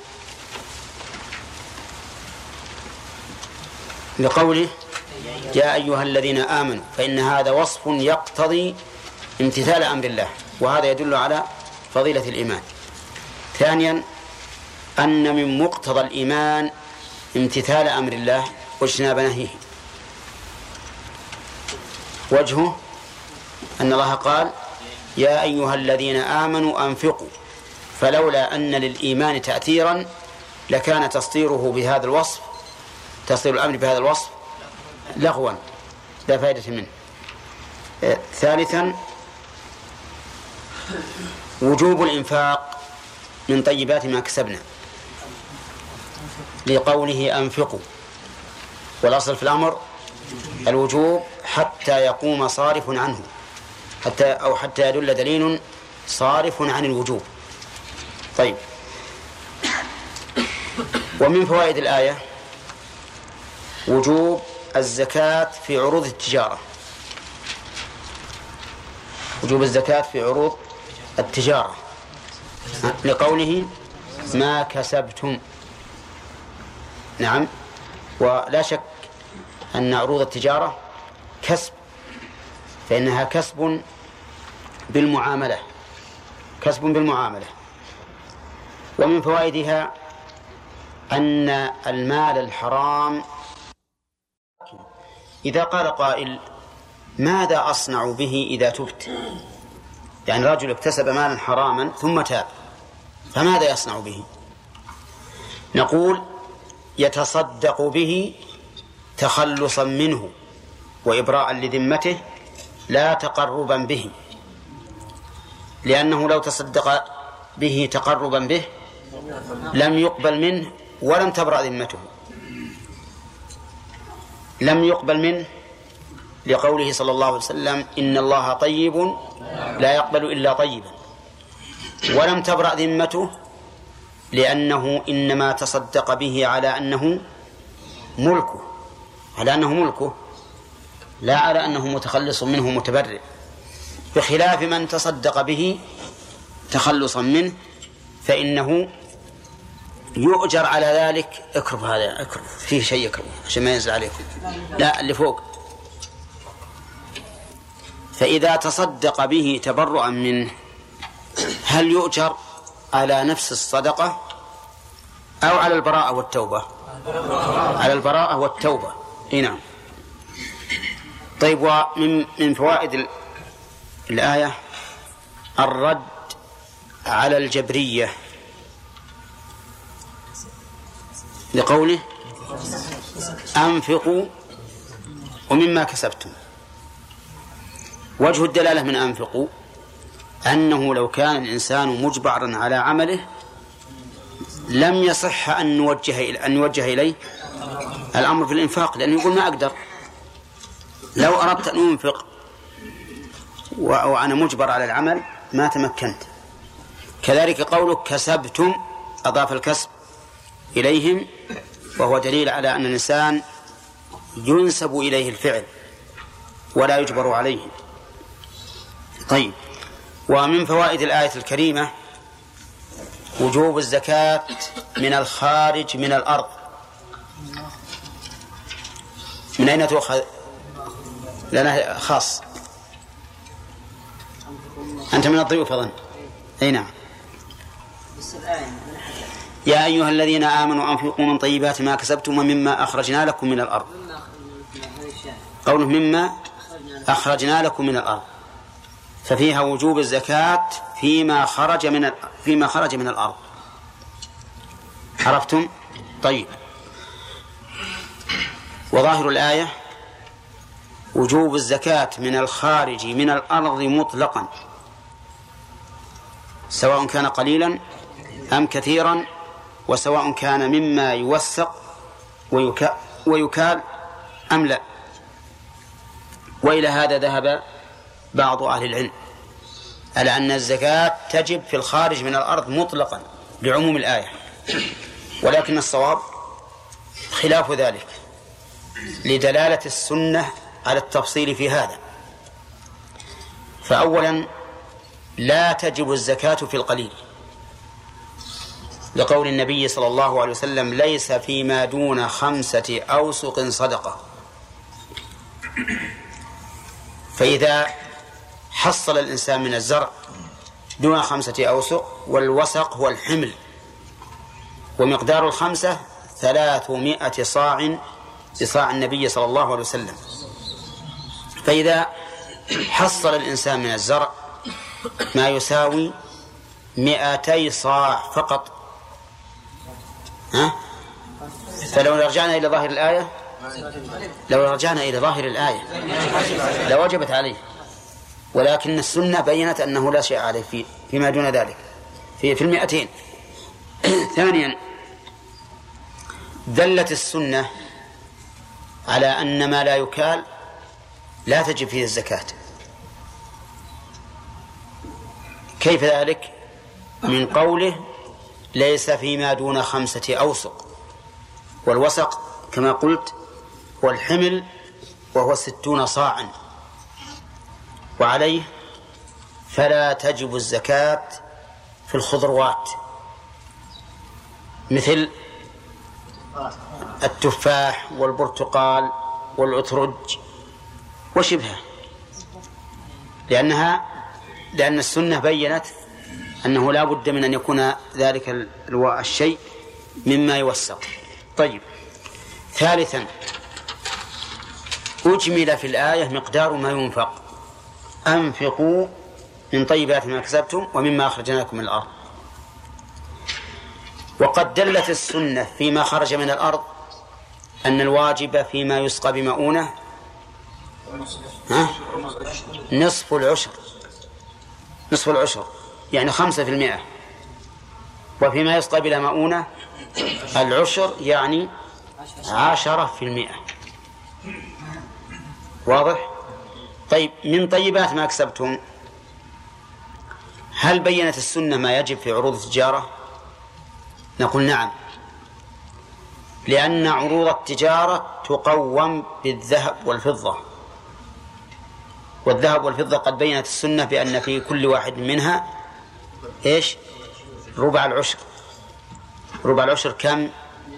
لقوله يا أيها الذين آمنوا، فإن هذا وصف يقتضي امتثال أمر الله، وهذا يدل على فضيلة الإيمان. ثانيا أن من مقتضى الإيمان امتثال أمر الله واجتناب نهيه. وجهه أن الله قال يا أيها الذين آمنوا أنفقوا، فلولا أن للإيمان تأثيرا لكان تصديره بهذا الوصف، تصدير الأمر بهذا الوصف لغوا لا فائدة منه. ثالثا وجوب الإنفاق من طيبات ما كسبنا، لقوله أنفقوا، والأصل في الأمر الوجوب حتى يقوم صارف عنه، حتى يدل دليل صارف عن الوجوب. طيب. ومن فوائد الآية وجوب الزكاة في عروض التجارة، وجوب الزكاة في عروض التجارة، لقوله ما كسبتم. نعم، ولا شك أن عروض التجارة كسب، فإنها كسب بالمعاملة، كسب بالمعاملة. ومن فوائدها أن المال الحرام، إذا قال قائل ماذا أصنع به إذا تبت؟ يعني رجل اكتسب مالا حراما ثم تاب، فماذا يصنع به؟ نقول يتصدق به تخلصا منه وإبراء لذمته لا تقربا به، لأنه لو تصدق به تقربا به لم يقبل منه ولم تبرأ ذمته، لم يقبل منه لقوله صلى الله عليه وسلم إن الله طيب لا يقبل إلا طيبا، ولم تبرأ ذمته لأنه إنما تصدق به على أنه ملكه، لا على أنه متخلص منه متبرئ، بخلاف من تصدق به تخلصا منه فإنه يؤجر على ذلك. اكرف هذا، اكرف فيه شيء يكرف عشان ما ينزل عليكم، لا اللي فوق. فإذا تصدق به تبرؤا منه هل يؤجر على نفس الصدقة أو على البراءة والتوبة؟ على البراءة والتوبة. نعم. طيب، ومن فوائد الآية الرد على الجبرية لقوله أنفقوا ومما كسبتم. وجه الدلالة من أنفقوا أنه لو كان الإنسان مجبرا على عمله لم يصح أن نوجه إليه الأمر في الإنفاق، لأنه يقول ما أقدر. لو أردت أن أنفق وأنا مجبر على العمل ما تمكنت. كذلك قولك كسبتم أضاف الكسب إليهم، وهو دليل على أن الإنسان ينسب إليه الفعل ولا يجبر عليه. طيب، ومن فوائد الآية الكريمة وجوب الزكاة من الخارج من الأرض. من أين تؤخذ؟ لنا خاص. أنت من الضيوف أظن. أي نعم. يا أيها الذين آمنوا أنفقوا من طيبات ما كسبتم ومما أخرجنا لكم من الأرض. قوله مما أخرجنا لكم من الأرض ففيها وجوب الزكاة فيما خرج من الأرض. عرفتم؟ طيب، وظاهر الآية وجوب الزكاة من الخارج من الأرض مطلقا، سواء كان قليلا أم كثيرا، وسواء كان مما يوثق ويكال أم لا. وإلى هذا ذهب بعض أهل العلم على أن الزكاة تجب في الخارج من الأرض مطلقا لعموم الآية، ولكن الصواب خلاف ذلك لدلالة السنة على التفصيل في هذا. فأولا لا تجب الزكاة في القليل، لقول النبي صلى الله عليه وسلم ليس فيما دون 5 أوسق صدقة. فإذا حصل الإنسان من الزرع دون 5 أوسق، والوسق هو الحمل، ومقدار 5 300 صاع بصاع النبي صلى الله عليه وسلم. فإذا حصل الإنسان من الزرع ما يساوي 200 صاع فقط، فلو رجعنا إلى ظاهر الآية لوجبت عليه، ولكن السنة بيّنت أنه لا شيء عليه فيما دون ذلك في 200. ثانيا دلت السنة على أن ما لا يكال لا تجب فيه الزكاة. كيف ذلك؟ من قوله ليس فيما دون 5 أوسق، والوسق كما قلت هو الحمل وهو 60 صاعا، وعليه فلا تجب الزكاة في الخضروات مثل التفاح والبرتقال والأترج وشبهه، لأن السنة بيّنت أنه لا بد من أن يكون ذلك الشيء مما يوثق. طيب، ثالثا أجمل في الآية مقدار ما ينفق، أنفقوا من طيبات ما كسبتم ومما أخرجنا لكم من الأرض. وقد دلت السنة فيما خرج من الأرض أن الواجب فيما يسقى بمؤونة نصف العشر يعني 5%، وفيما يسقى بلا مؤونة العشر يعني 10%. واضح؟ طيب، من طيبات ما كسبتم، هل بيّنت السنة ما يجب في عروض التجارة؟ نقول نعم، لأن عروض التجارة تقوم بالذهب والفضة، والذهب والفضة قد بيّنت السنة بأن في كل واحد منها ربع العشر. ربع العشر كم؟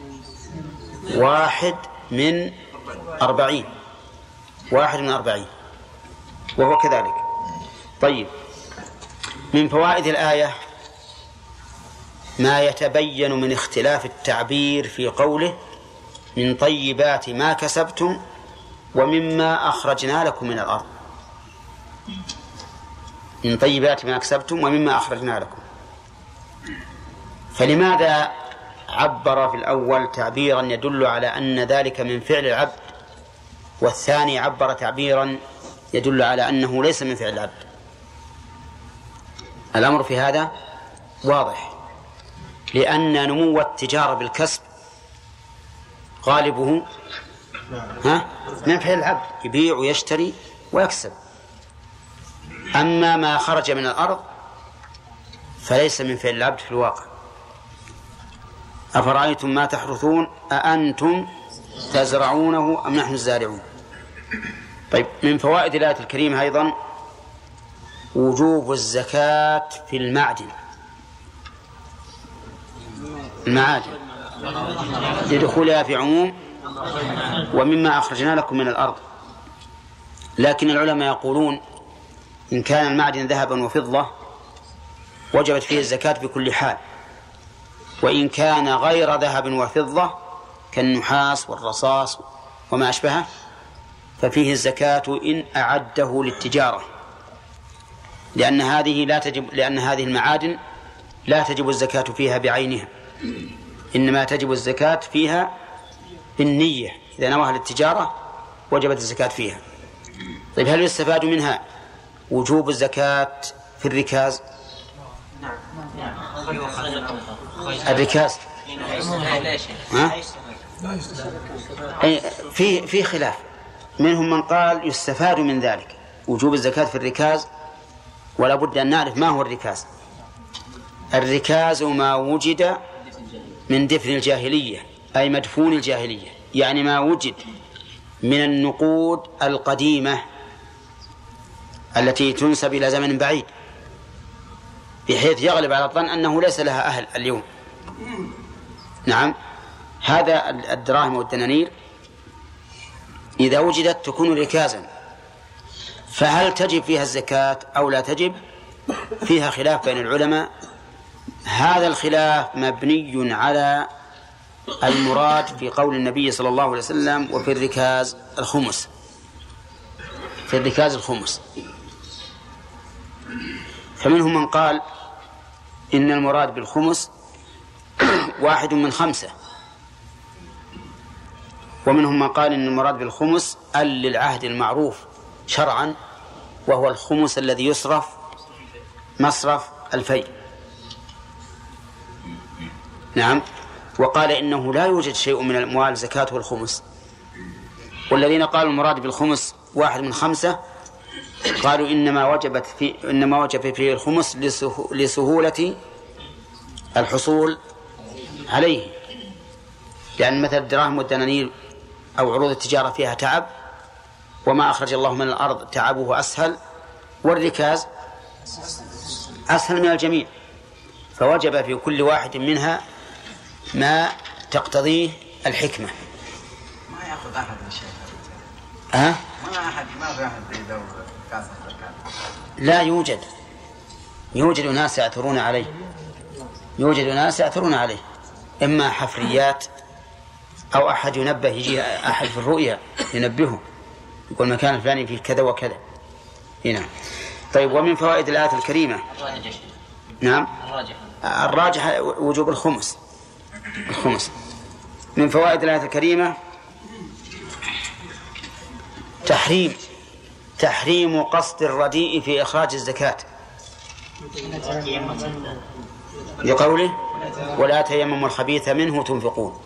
1 من 40، 1 من 40، وهو كذلك. طيب، من فوائد الآية ما يتبين من اختلاف التعبير في قوله من طيبات ما كسبتم ومما أخرجنا لكم من الأرض. من طيبات ما كسبتم ومما أخرجنا لكم. فلماذا عبر في الأول تعبيرا يدل على أن ذلك من فعل العبد، والثاني عبر تعبيرا يدل على أنه ليس من فعل العبد؟ الأمر في هذا واضح، لأن نمو التجارة بالكسب غالبه من فعل العبد، يبيع ويشتري ويكسب. أما ما خرج من الأرض فليس من فعل العبد في الواقع. أفرأيتم ما تحرثون أأنتم تزرعونه أم نحن الزارعون. طيب، من فوائد الآية الكريمة أيضا وجوب الزكاة في المعادن لدخولها في عموم ومما أخرجنا لكم من الأرض. لكن العلماء يقولون إن كان المعدن ذهبا وفضة وجبت فيه الزكاة بكل حال، وإن كان غير ذهب وفضة كالنحاس والرصاص وما أشبهه ففيه الزكاة إن أعده للتجارة، لأن هذه المعادن لا تجب الزكاة فيها بعينها، إنما تجب الزكاة فيها بالنية، إذا نواها للتجارة وجبت الزكاة فيها. طيب، هل يستفاد منها وجوب الزكاة في الركاز؟ الركاز في خلاف، منهم من قال يستفاد من ذلك وجوب الزكاة في الركاز، ولا بد أن نعرف ما هو الركاز. الركاز ما وجد من دفن الجاهلية، أي مدفون الجاهلية، يعني ما وجد من النقود القديمة التي تنسب إلى زمن بعيد، بحيث يغلب على الظن أنه ليس لها أهل اليوم. نعم، هذا الدراهم والدنانير إذا وجدت تكون ركازا، فهل تجب فيها الزكاة أو لا تجب؟ فيها خلاف بين العلماء. هذا الخلاف مبني على المراد في قول النبي صلى الله عليه وسلم وفي الركاز الخمس. في الركاز الخمس، فمنهم من قال إن المراد بالخمس 1 من 5، ومنهم من قال إن المراد بالخمس للعهد المعروف شرعا، وهو الخمس الذي يصرف مصرف الفيء. نعم، وقال إنه لا يوجد شيء من الأموال زكاته الخمس. والذين قالوا المراد بالخمس 1 من 5 قالوا إنما وجب فيه الخمس لسهولة الحصول عليه، لأن مثل الدراهم والدنانير أو عروض التجارة فيها تعب، وما أخرج الله من الأرض تعبه أسهل، والركاز أسهل من الجميع، فوجب في كل واحد منها ما تقتضيه الحكمة. ما يأخذ أحد الشيء. ما في أحد يدور كاس الزكاة. لا يوجد ناس يعثرون عليه، إما حفريات أو أحد ينبه، يجي أحد في الرؤيا ينبهه يقول مكان الفلاني فيه كذا وكذا هنا. طيب، ومن فوائد الآية الكريمة نعم الراجح وجوب الخمس. من فوائد الآية الكريمة تحريم قصد الرديء في إخراج الزكاة، لقوله ولا تيمموا الخبيث منه تنفقون.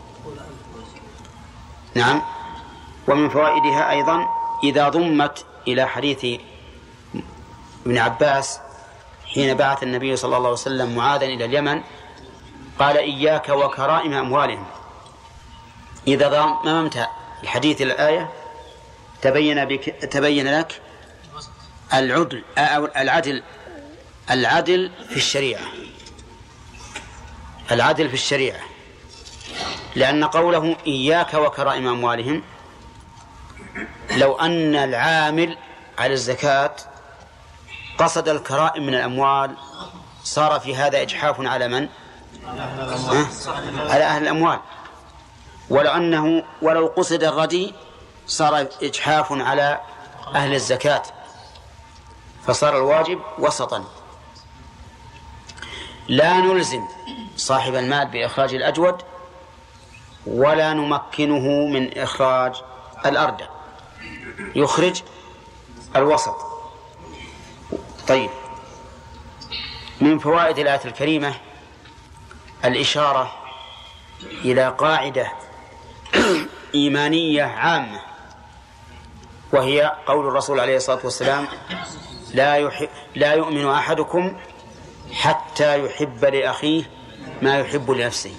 نعم، ومن فوائدها أيضا إذا ضمت إلى حديث ابن عباس حين بعث النبي صلى الله عليه وسلم معاذا إلى اليمن قال إياك وكرائم أموالهم. إذا ضممت الحديث إلى الآية تبين لك العدل في الشريعة، لأن قوله إياك وكرائم أموالهم، لو أن العامل على الزكاة قصد الكرائم من الأموال صار في هذا إجحاف على من؟ على أهل الأموال، ولو قصد الردي صار إجحاف على أهل الزكاة، فصار الواجب وسطا. لا نلزم صاحب المال بإخراج الأجود ولا نمكنه من إخراج الأردى، يخرج الوسط. طيب، من فوائد الآية الكريمة الإشارة إلى قاعدة إيمانية عامة، وهي قول الرسول عليه الصلاة والسلام: لا يؤمن أحدكم حتى يحب لأخيه ما يحب لنفسه.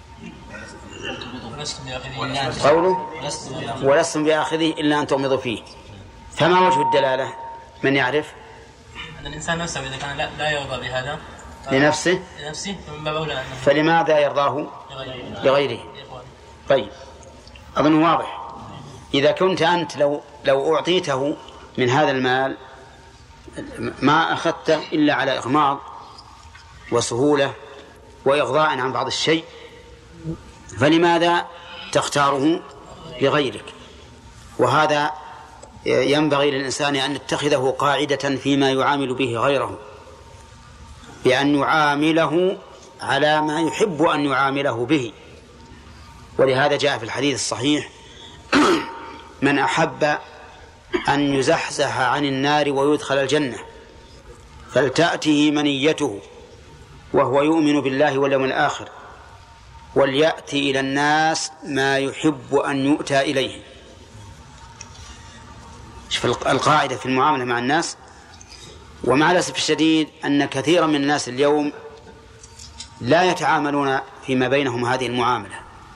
قوله: ولستم بآخذه إلا أن تغمضوا فيه. فما وجه الدلالة؟ من يعرف؟ أن الإنسان نفسه إذا كان لا يرضى بهذا لنفسه فمن باب أولى فلماذا يرضاه لغيره؟ طيب، أظن واضح. إذا كنت أنت لو أعطيته من هذا المال ما أخذته إلا على إغماض وسهولة وإغضاء عن بعض الشيء، فلماذا تختاره لغيرك؟ وهذا ينبغي للإنسان أن يتخذه قاعدة فيما يعامل به غيره، بأن يعامله على ما يحب أن يعامله به. ولهذا جاء في الحديث الصحيح: من أحب أن يزحزح عن النار ويدخل الجنة فلتأته منيته وهو يؤمن بالله واليوم الآخر وليأتي إلى الناس ما يحب أن يؤتى إليه. شوف القاعدة في المعاملة مع الناس. ومع الأسف الشديد أن كثيرا من الناس اليوم لا يتعاملون فيما بينهم هذه المعاملة.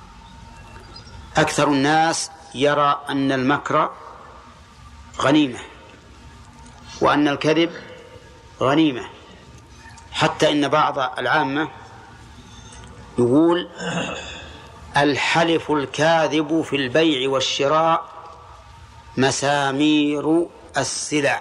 أكثر الناس يرى أن المكر غنيمة وأن الكذب غنيمة، حتى إن بعض العامة يقول: الحلف الكاذب في البيع والشراء مسامير السلع.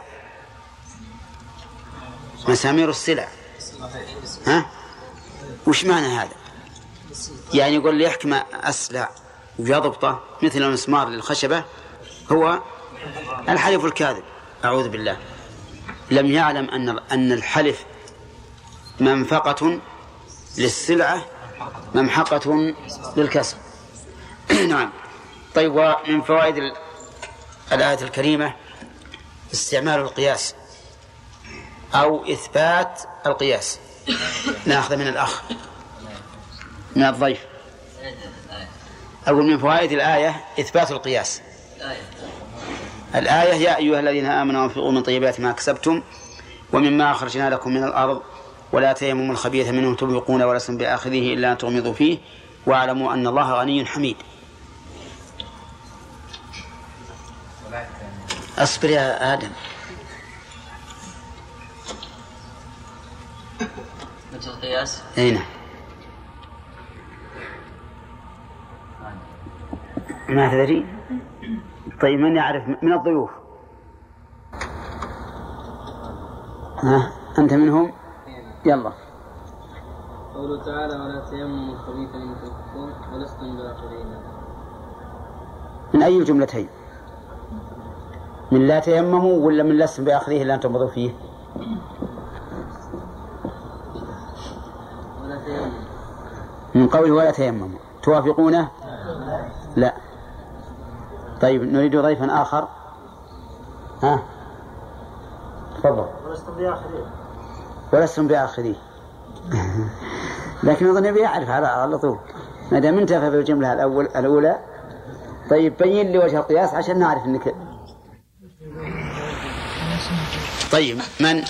مسامير السلع، ها؟ وش معنى هذا؟ يعني يقول لي يحكم أسلع ويضبطه مثل المسمار للخشبة هو الحلف الكاذب. أعوذ بالله. لم يعلم أن الحلف منفقة للسلعة ممحقة للكسب. نعم. طيب، ومن فوائد الآية الكريمة استعمال القياس أو إثبات القياس. نأخذ من الأخ من الضيف. أقول من فوائد الآية إثبات القياس. الآية: يا أيها الذين آمنوا أنفقوا من طيبات ما كسبتم ومما أخرجنا لكم من الأرض ولا تيمموا الخبيث منه تنفقون ولستم بآخذه إلا أن تغمضوا فيه واعلموا أن الله غني حميد. أصبر يا آدم. مثل القياس. أين؟ ما تدري؟ طيب، من يعرف من الضيوف؟ ها، أنت منهم؟ يلا. قوله تعالى: ولا تيمموا الخبيث منه تنفقون ولستم بآخذين. من أي الجملتين؟ من لا تيمموا ولا من لستم بآخذيه إلا أن تغمضوا فيه؟ ولا تيمموا. من قوله ولا تيمموا توافقونه؟ لا. طيب، نريد ضيفا آخر. ها، تفضل. ولستم بآخذيه. لكن أظن يعرف على طول ما دام انتفى بالجملة الأولى. طيب، بين لي وجه القياس عشان نعرف أنك. طيب، من؟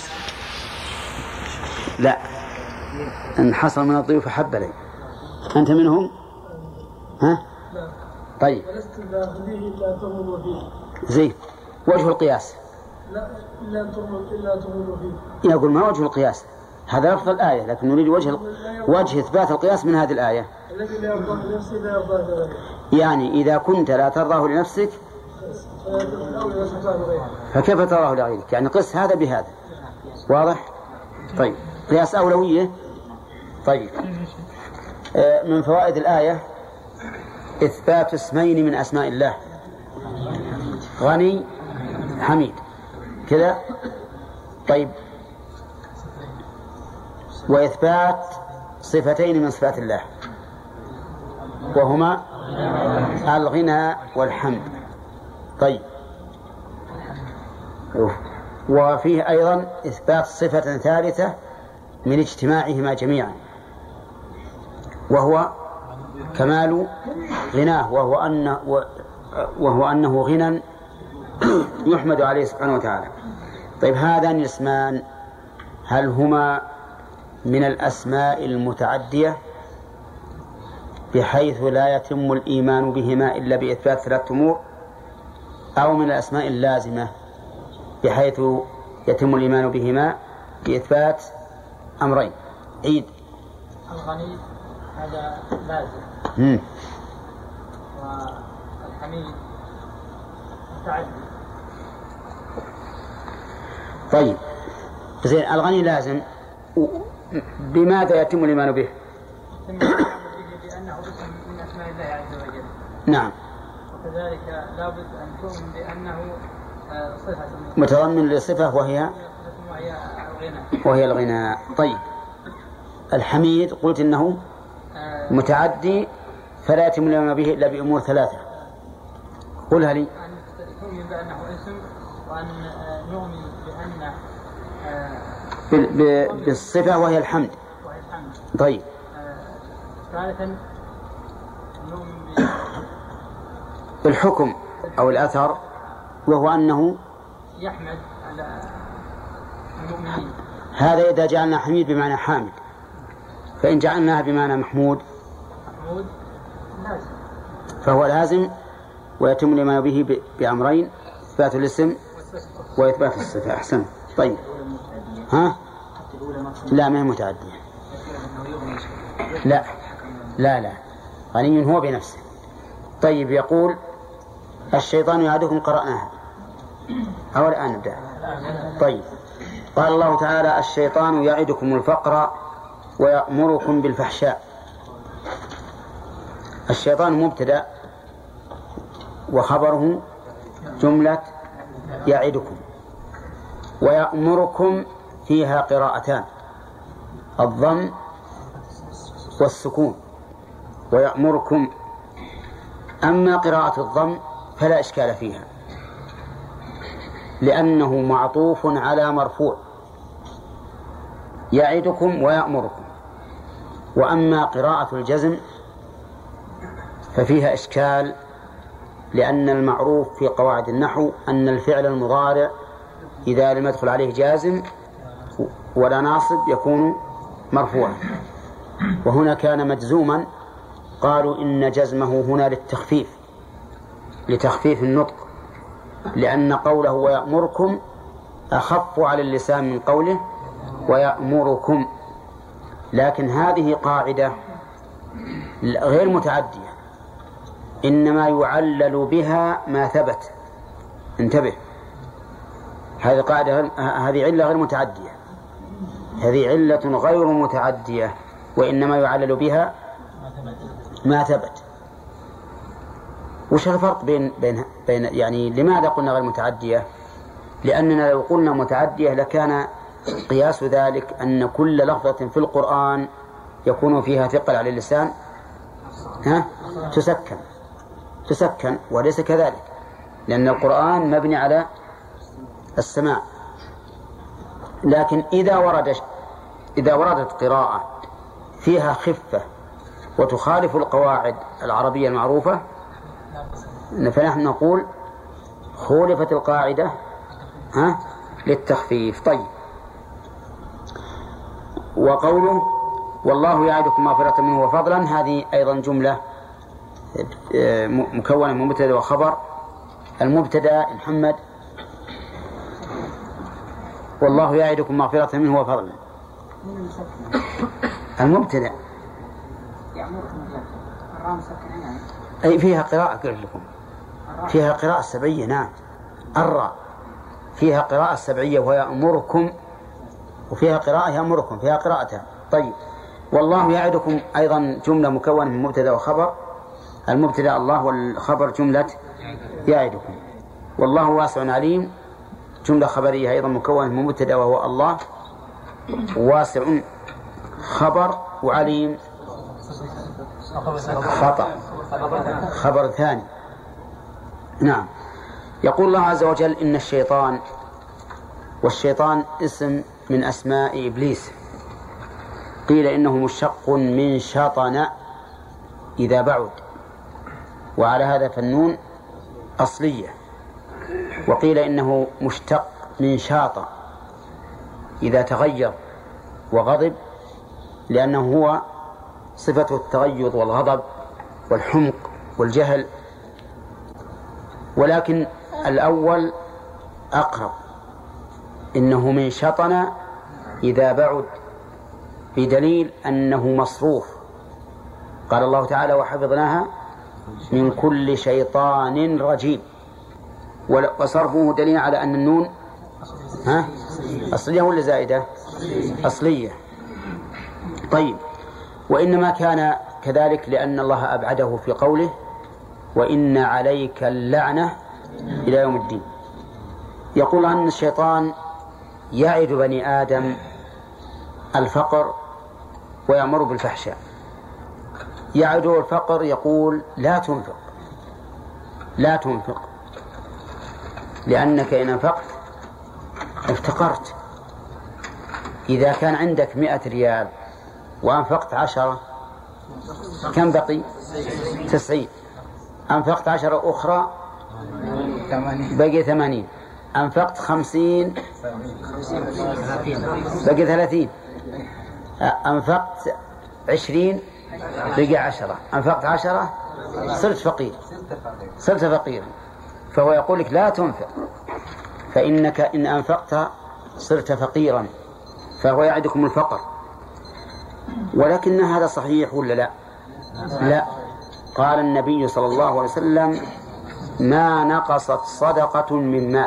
لا، إن حصل من الضيوف حب لي. أنت منهم؟ ها؟ طيب، زين. وجه القياس؟ لا، إلا تغمضوا فيه. يقول ما وجه القياس؟ هذا لفظ الآية، لكن نريد وجه إثبات القياس من هذه الآية. الذي لا يرضاه لنفسه لا يرضاه لغيره. يعني إذا كنت لا ترضاه لنفسك فكيف تراه لغيرك؟ يعني قس هذا بهذا. واضح؟ طيب، قياس أولوية. طيب، من فوائد الآية إثبات اسمين من أسماء الله، غني حميد كذا. طيب، وإثبات صفتين من صفات الله وهما الغنى والحمد. طيب، وفيه أيضا إثبات صفة ثالثة من اجتماعهما جميعا وهو كمال غناه، وهو أنه غنى يحمد عليه سبحانه وتعالى. طيب، هذان الاسمان هل هما من الأسماء المتعدية بحيث لا يتم الإيمان بهما إلا بإثبات 3 أمور، أو من الأسماء اللازمة بحيث يتم الإيمان بهما بإثبات أمرين؟ عيد. الغني هذا لازم، والحميد متعدي. طيب، زين، الغني لازم، بماذا يتم الإيمان به؟ يتم الإيمان به بأنه اسم من أسماء الله عز وجل. نعم. وكذلك لابد أن تؤمن بأنه صفة متضمن لصفة وهي الغنى. طيب، الحميد قلت إنه متعدي فلا يتم الإيمان به إلا بأمور 3. قلها لي. أن تؤمن بأنه اسم، وأن نؤمن بأن بالصفة وهي الحمد. طيب، ثالثا نؤمن بالحكم أو الأثر، وهو أنه يحمد على المؤمنين. هذا إذا جعلنا حميد بمعنى حامد، فإن جعلناها بمعنى محمود لازم، فهو لازم ويتم الإيمان به بأمرين: إثبات الاسم وإثبات الصفة. أحسن. طيب، ها؟ لا، ما هي متعدية. لا لا لا، غني هو بنفسه. طيب، يقول الشيطان يعدكم، قرأناها أو الآن نبدأ؟ طيب، قال الله تعالى: الشيطان يعدكم الفقر ويأمركم بالفحشاء. الشيطان مبتدأ وخبره جملة يعدكم، ويأمركم فيها قراءتان: الضم والسكون. ويأمركم، أما قراءة الضم فلا إشكال فيها لأنه معطوف على مرفوع، يعدكم ويأمركم. وأما قراءة الجزم ففيها إشكال، لأن المعروف في قواعد النحو أن الفعل المضارع إذا لم يدخل عليه جازم ولا ناصب يكون مرفوعا، وهنا كان مجزوما. قالوا إن جزمه هنا لتخفيف النطق، لأن قوله ويأمركم أخف على اللسان من قوله ويأمركم. لكن هذه قاعدة غير متعدية، إنما يعلل بها ما ثبت. انتبه، هذه قاعدة، هذه علة غير متعدية، هذه علة غير متعدية، وإنما يعلل بها ما ثبت. وش الفرق بين يعني لماذا قلنا غير متعدية؟ لأننا لو قلنا متعدية لكان قياس ذلك أن كل لفظة في القرآن يكون فيها ثقل على اللسان تسكن، وليس كذلك، لأن القرآن مبني على السماع. لكن إذا وردت قراءة فيها خفة وتخالف القواعد العربية المعروفة فنحن نقول خولفت القاعدة للتخفيف. طيب، وقوله والله يعدكم مغفرة منه وفضلا، هذه أيضا جملة مكونة من مبتدأ وخبر. المبتدأ محمد: والله يعدكم مغفرة منه وفضلا. المبتدأ أي فيها قراءة، قلت لكم فيها قراءة سبعية. نعم، الراء فيها قراءة سبعية، ويأمركم، وفيها قراءة يأمركم، فيها قراءتان. طيب، والله يعدكم أيضا جملة مكونة من مبتدأ وخبر. المبتدأ الله والخبر جملة يعدكم. والله واسع عليم جملة خبرية أيضا مكونة من مبتدأ وهو الله، واسع خبر، وعليم خطأ خبر ثاني. نعم. يقول الله عز وجل إن الشيطان، والشيطان اسم من أسماء إبليس، قيل إنه مشتق من شطن إذا بعد، وعلى هذا فالنون أصلية، وقيل إنه مشتق من شاط إذا تغير وغضب، لأنه هو صفة التغيظ والغضب والحمق والجهل، ولكن الأول أقرب، إنه من شطن إذا بعد، بدليل أنه مصروف. قال الله تعالى وحفظناها من كل شيطان رجيم، وصرفه دليل على أن النون أصلية ولا زائدة؟ أصلية. طيب، وإنما كان كذلك لأن الله أبعده في قوله وإن عليك اللعنة إلى يوم الدين. يقول أن الشيطان يعد بني آدم الفقر ويأمر بالفحشاء. يعده الفقر، يقول لا تنفق لا تنفق، لأنك إن أنفقت افتقرت. إذا كان عندك 100 ريال وأنفقت 10 كم بقي؟ 90. أنفقت 10 أخرى بقي 80. أنفقت 50 بقي 30. أنفقت 20 بقي 10. أنفقت 10 صرت فقيرا. فهو يقول لك لا تنفق، فإنك إن أنفقت صرت فقيرا، فهو يعدكم الفقر. ولكن هذا صحيح ولا لا؟ لا. قال النبي صلى الله عليه وسلم ما نقصت صدقة من ماء.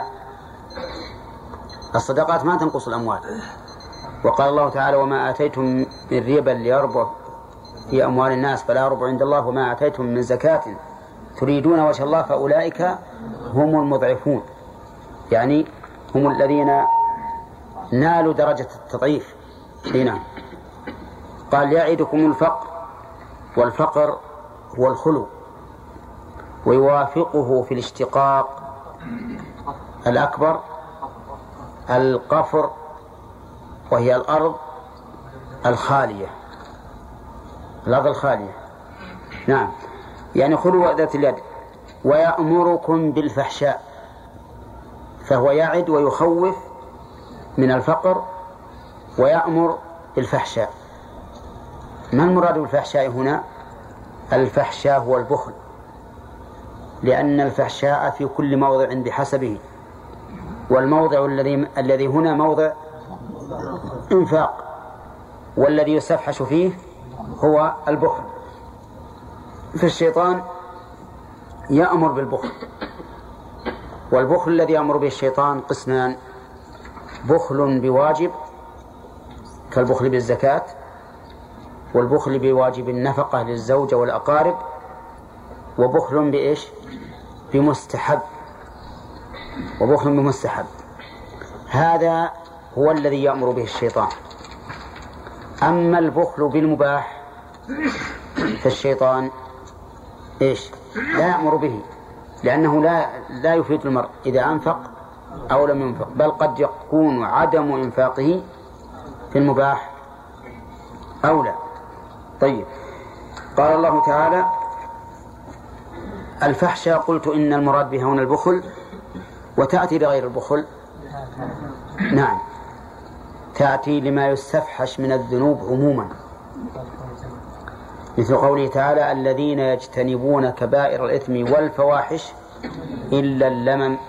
الصدقات ما تنقص الأموال. وقال الله تعالى وما آتيتم من ربا ليربو في أموال الناس فلا يربو عند الله وما آتيتم من زكاة تريدون وجه الله فأولئك هم المضعفون، يعني هم الذين نالوا درجة التضعيف. هنا قال يعدكم الفقر، والفقر هو الخلو، ويوافقه في الاشتقاق الأكبر القفر، وهي الأرض الخالية، الأرض الخالية. نعم، يعني خلو ذات اليد. ويأمركم بالفحشاء، فهو يعد ويخوف من الفقر ويأمر بالفحشاء. ما المراد بالفحشاء هنا؟ الفحشاء هو البخل، لأن الفحشاء في كل موضع بحسبه، والموضع الذي هنا موضع إنفاق، والذي يستفحش فيه هو البخل. فالشيطان يأمر بالبخل، والبخل الذي يأمر به الشيطان قسمان: بخل بواجب كالبخل بالزكاة، والبخل بواجب النفقة للزوجة والأقارب، وبخل بإيش؟ بمستحب، وبخل بمستحب. هذا هو الذي يأمر به الشيطان. أما البخل بالمباح فالشيطان إيش؟ لا يأمر به، لأنه لا يفيد المرء إذا أنفق أو لم ينفق، بل قد يكون عدم إنفاقه في المباح أولى. طيب، قال الله تعالى الفحشاء، قلت إن المراد بها هنا البخل، وتأتي بغير البخل. نعم، تأتي لما يستفحش من الذنوب عموما، مثل قوله تعالى الذين يجتنبون كبائر الإثم والفواحش إلا اللمم.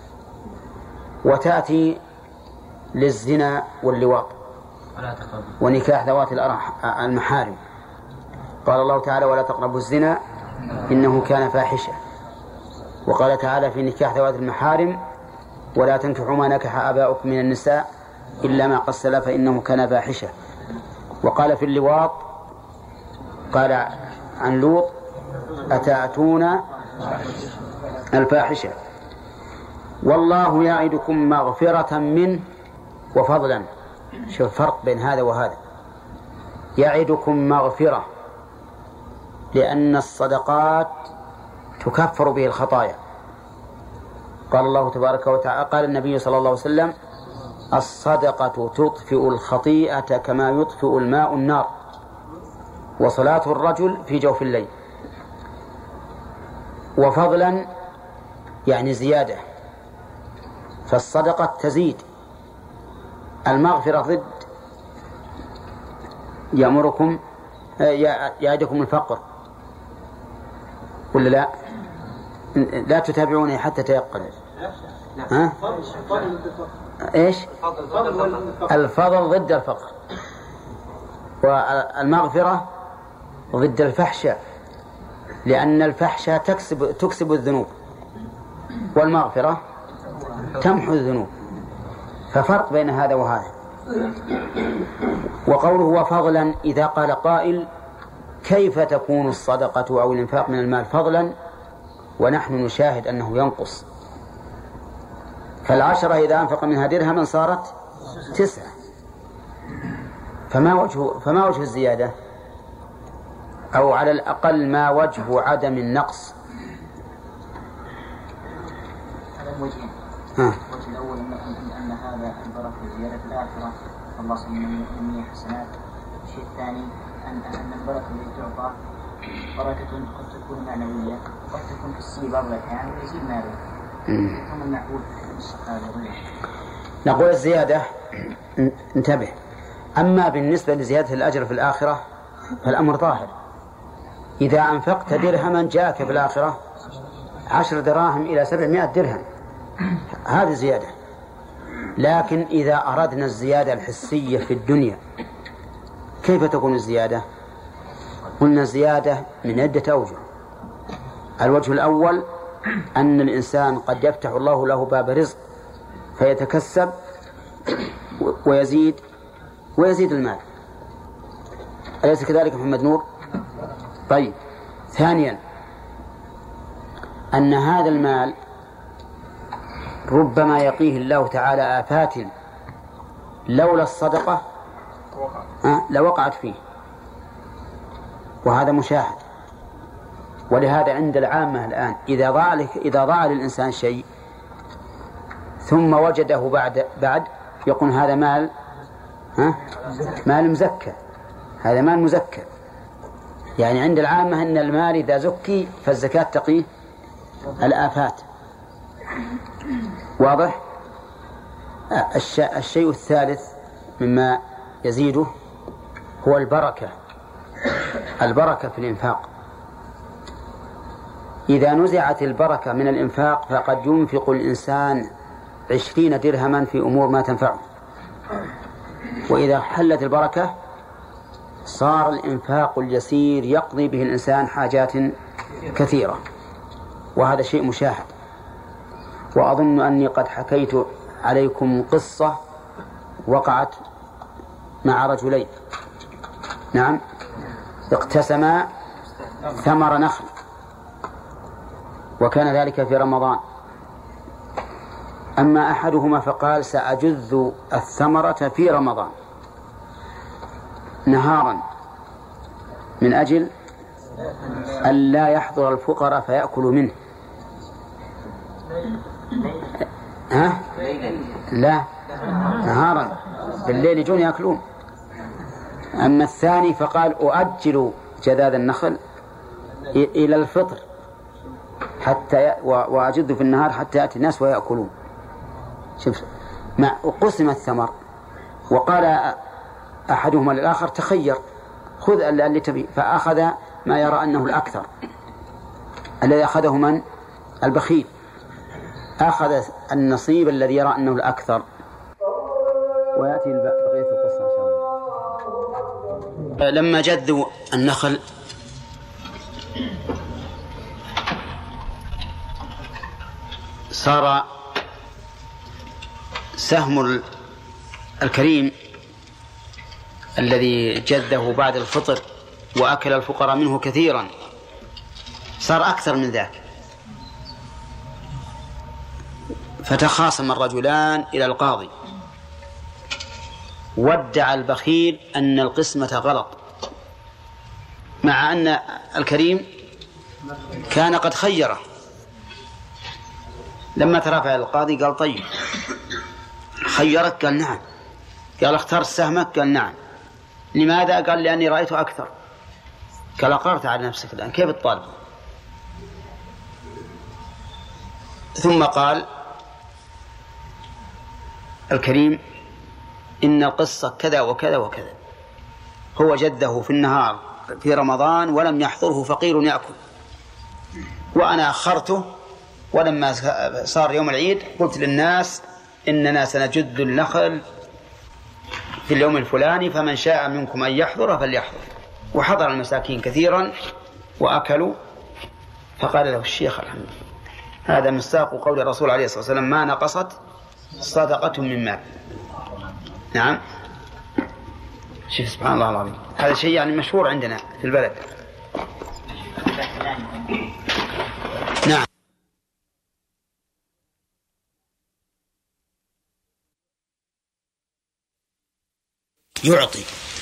وتأتي للزنا واللواط ونكاح ذوات المحارم. قال الله تعالى ولا تقربوا الزنا إنه كان فاحشة. وقال تعالى في نكاح ذوات المحارم ولا تنكحوا ما نكح آباؤكم من النساء إلا ما قد سلف فإنه كان فاحشة. وقال في اللواط قال عن لوط أتأتون الفاحشة والله يعدكم مغفرة منه وفضلا. شوف الفرق بين هذا وهذا. يعدكم مغفرة لأن الصدقات تكفر به الخطايا. قال الله تبارك وتعالى، قال النبي صلى الله عليه وسلم: الصدقة تطفئ الخطيئة كما يطفئ الماء النار، وصلاة الرجل في جوف الليل. وفضلا يعني زيادة، فالصدقة تزيد. المغفرة ضد يأمركم يعدكم الفقر، ولا لا؟ لا تتابعوني حتى تيقن. ها؟ ايش؟ الفضل ضد الفقر، والمغفرة ضد الفحشاء، لأن الفحشاء تكسب الذنوب، والمغفرة تمحو الذنوب. ففرق بين هذا وهذا. وقوله وفضلا، إذا قال قائل: كيف تكون الصدقة أو الإنفاق من المال فضلا ونحن نشاهد أنه ينقص؟ فالعشرة إذا أنفق منها درهما صارت 9، فما وجه الزيادة؟ أو على الأقل ما وجه عدم النقص؟ هذا وجهين. الوجه الأول أن هذا البركة زيادة الآخرة، الله سبحانه يمني حسنات. الشيء الثاني أن البركة التي تعطى بركة قد تكون معنوية وقد تكون حسية بعض الأحيان ويزيد ماله. ثم المعقول نقول الزيادة، انتبه. أما بالنسبة لزيادة الأجر في الآخرة فالأمر ظاهر. إذا أنفقت درهما جاءك في الآخرة 10 دراهم إلى 700 درهم، هذه زيادة. لكن إذا أردنا الزيادة الحسية في الدنيا كيف تكون الزيادة؟ قلنا الزيادة من عدة أوجه. الوجه الأول أن الإنسان قد يفتح الله له باب رزق فيتكسب ويزيد المال. أليس كذلك محمد نور؟ طيب. ثانيا أن هذا المال ربما يقيه الله تعالى آفات لولا الصدقة لوقعت فيه، وهذا مشاهد. ولهذا عند العامة الآن إذا ضاع للإنسان شيء ثم وجده بعد يقول هذا مال مزكى، هذا مال مزكى. يعني عند العامة أن المال إذا زكي فالزكاة تقيه الآفات. واضح؟ الشيء الثالث مما يزيده هو البركة في الإنفاق. إذا نزعت البركة من الإنفاق فقد ينفق الإنسان 20 درهما في أمور ما تنفعه، وإذا حلت البركة صار الإنفاق اليسير يقضي به الإنسان حاجات كثيرة، وهذا شيء مشاهد. وأظن أني قد حكيت عليكم قصة وقعت مع رجلين، نعم، اقتسما ثمر نخل، وكان ذلك في رمضان. أما أحدهما فقال سأجذ الثمرة في رمضان نهارا من أجل أن لا يحضر الفقراء فيأكلوا منه. لا، نهارا، بالليل يجون يأكلون. أما الثاني فقال أؤجل جذاذ النخل إلى الفطر وأجد في النهار حتى يأتي الناس ويأكلون. شوف، قسم الثمر، وقال أحدهما للآخر تخير، خذ اللي تبي، فأخذ ما يرى أنه الأكثر. الذي أخذه من؟ البخيل، أخذ النصيب الذي يرى أنه الأكثر. ويأتي بقية القصة إن شاء الله. لما جذوا النخل صار سهم الكريم الذي جذه بعد الفطر وأكل الفقراء منه كثيرا صار أكثر من ذاك. فتخاصم الرجلان إلى القاضي، وادعى البخيل أن القسمة غلط، مع أن الكريم كان قد خيره. لما ترافع القاضي قال طيب خيرك؟ قال نعم. قال اخترت سهمك؟ قال نعم. لماذا؟ قال لأني رأيته أكثر. قال أقررت على نفسك الآن، كيف الطالب؟ ثم قال الكريم إن القصة كذا وكذا وكذا، هو جده في النهار في رمضان ولم يحضره فقير يأكل، وأنا أخرته، ولما صار يوم العيد قلت للناس إننا سنجد النخل في اليوم الفلاني، فمن شاء منكم أن يحضر فليحضر. وحضر المساكين كثيرا وأكلوا. فقال له الشيخ الحمد هذا مصداق قول الرسول عليه الصلاة والسلام ما نقصت صدقة من مال. نعم، شوف سبحان الله العظيم، هذا شيء يعني مشهور عندنا في البلد. نعم. يعطي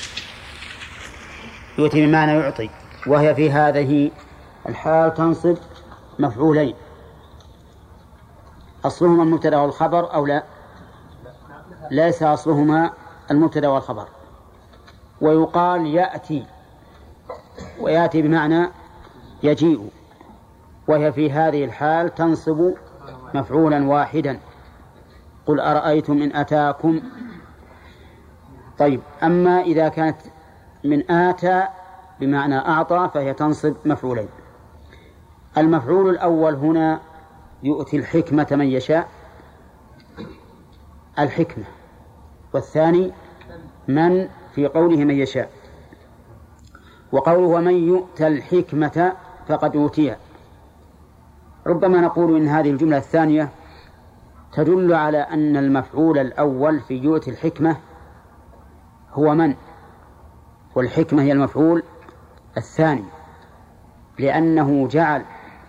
بمعنى يعطي، وهي في هذه الحال تنصب مفعولين، أصلهما المبتدأ والخبر أو لا؟ ليس أصلهما المبتدأ والخبر. ويقال يأتي، ويأتي بمعنى يجيء، وهي في هذه الحال تنصب مفعولا واحدا. قل أرأيتم إن أتاكم. طيب، أما إذا كانت من آتى بمعنى أعطى فهي تنصب مفعولين. المفعول الأول هنا يؤتي الحكمة من يشاء، الحكمة، والثاني من في قوله من يشاء. وقوله ومن يؤتى الحكمة فقد أوتي، ربما نقول إن هذه الجملة الثانية تدل على أن المفعول الأول في يؤتي الحكمة هو من، والحكمة هي المفعول الثاني، لأنه جعل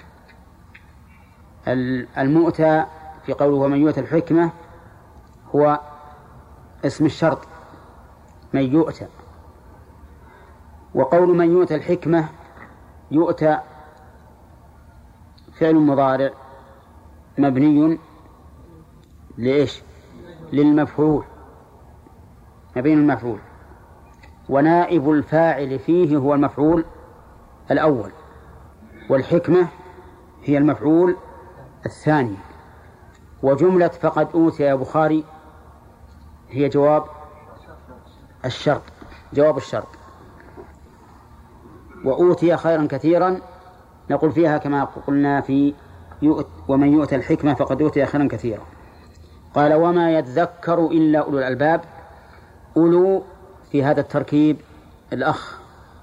المؤتى في قوله ومن يؤتى الحكمة هو اسم الشرط من يؤتى. وقول من يؤتى الحكمة يؤتى فعل مضارع مبني لإيش؟ للمفعول، مبني المفعول، ونائب الفاعل فيه هو المفعول الأول، والحكمة هي المفعول الثاني. وجملة فقد أوتي يا بخاري هي جواب الشرط، جواب الشرط. وأوتي خيرا كثيرا نقول فيها كما قلنا في ومن يؤتى الحكمة فقد أوتي خيرا كثيرا. قال وما يذكر إلا أولو الألباب. أولو في هذا التركيب الأخ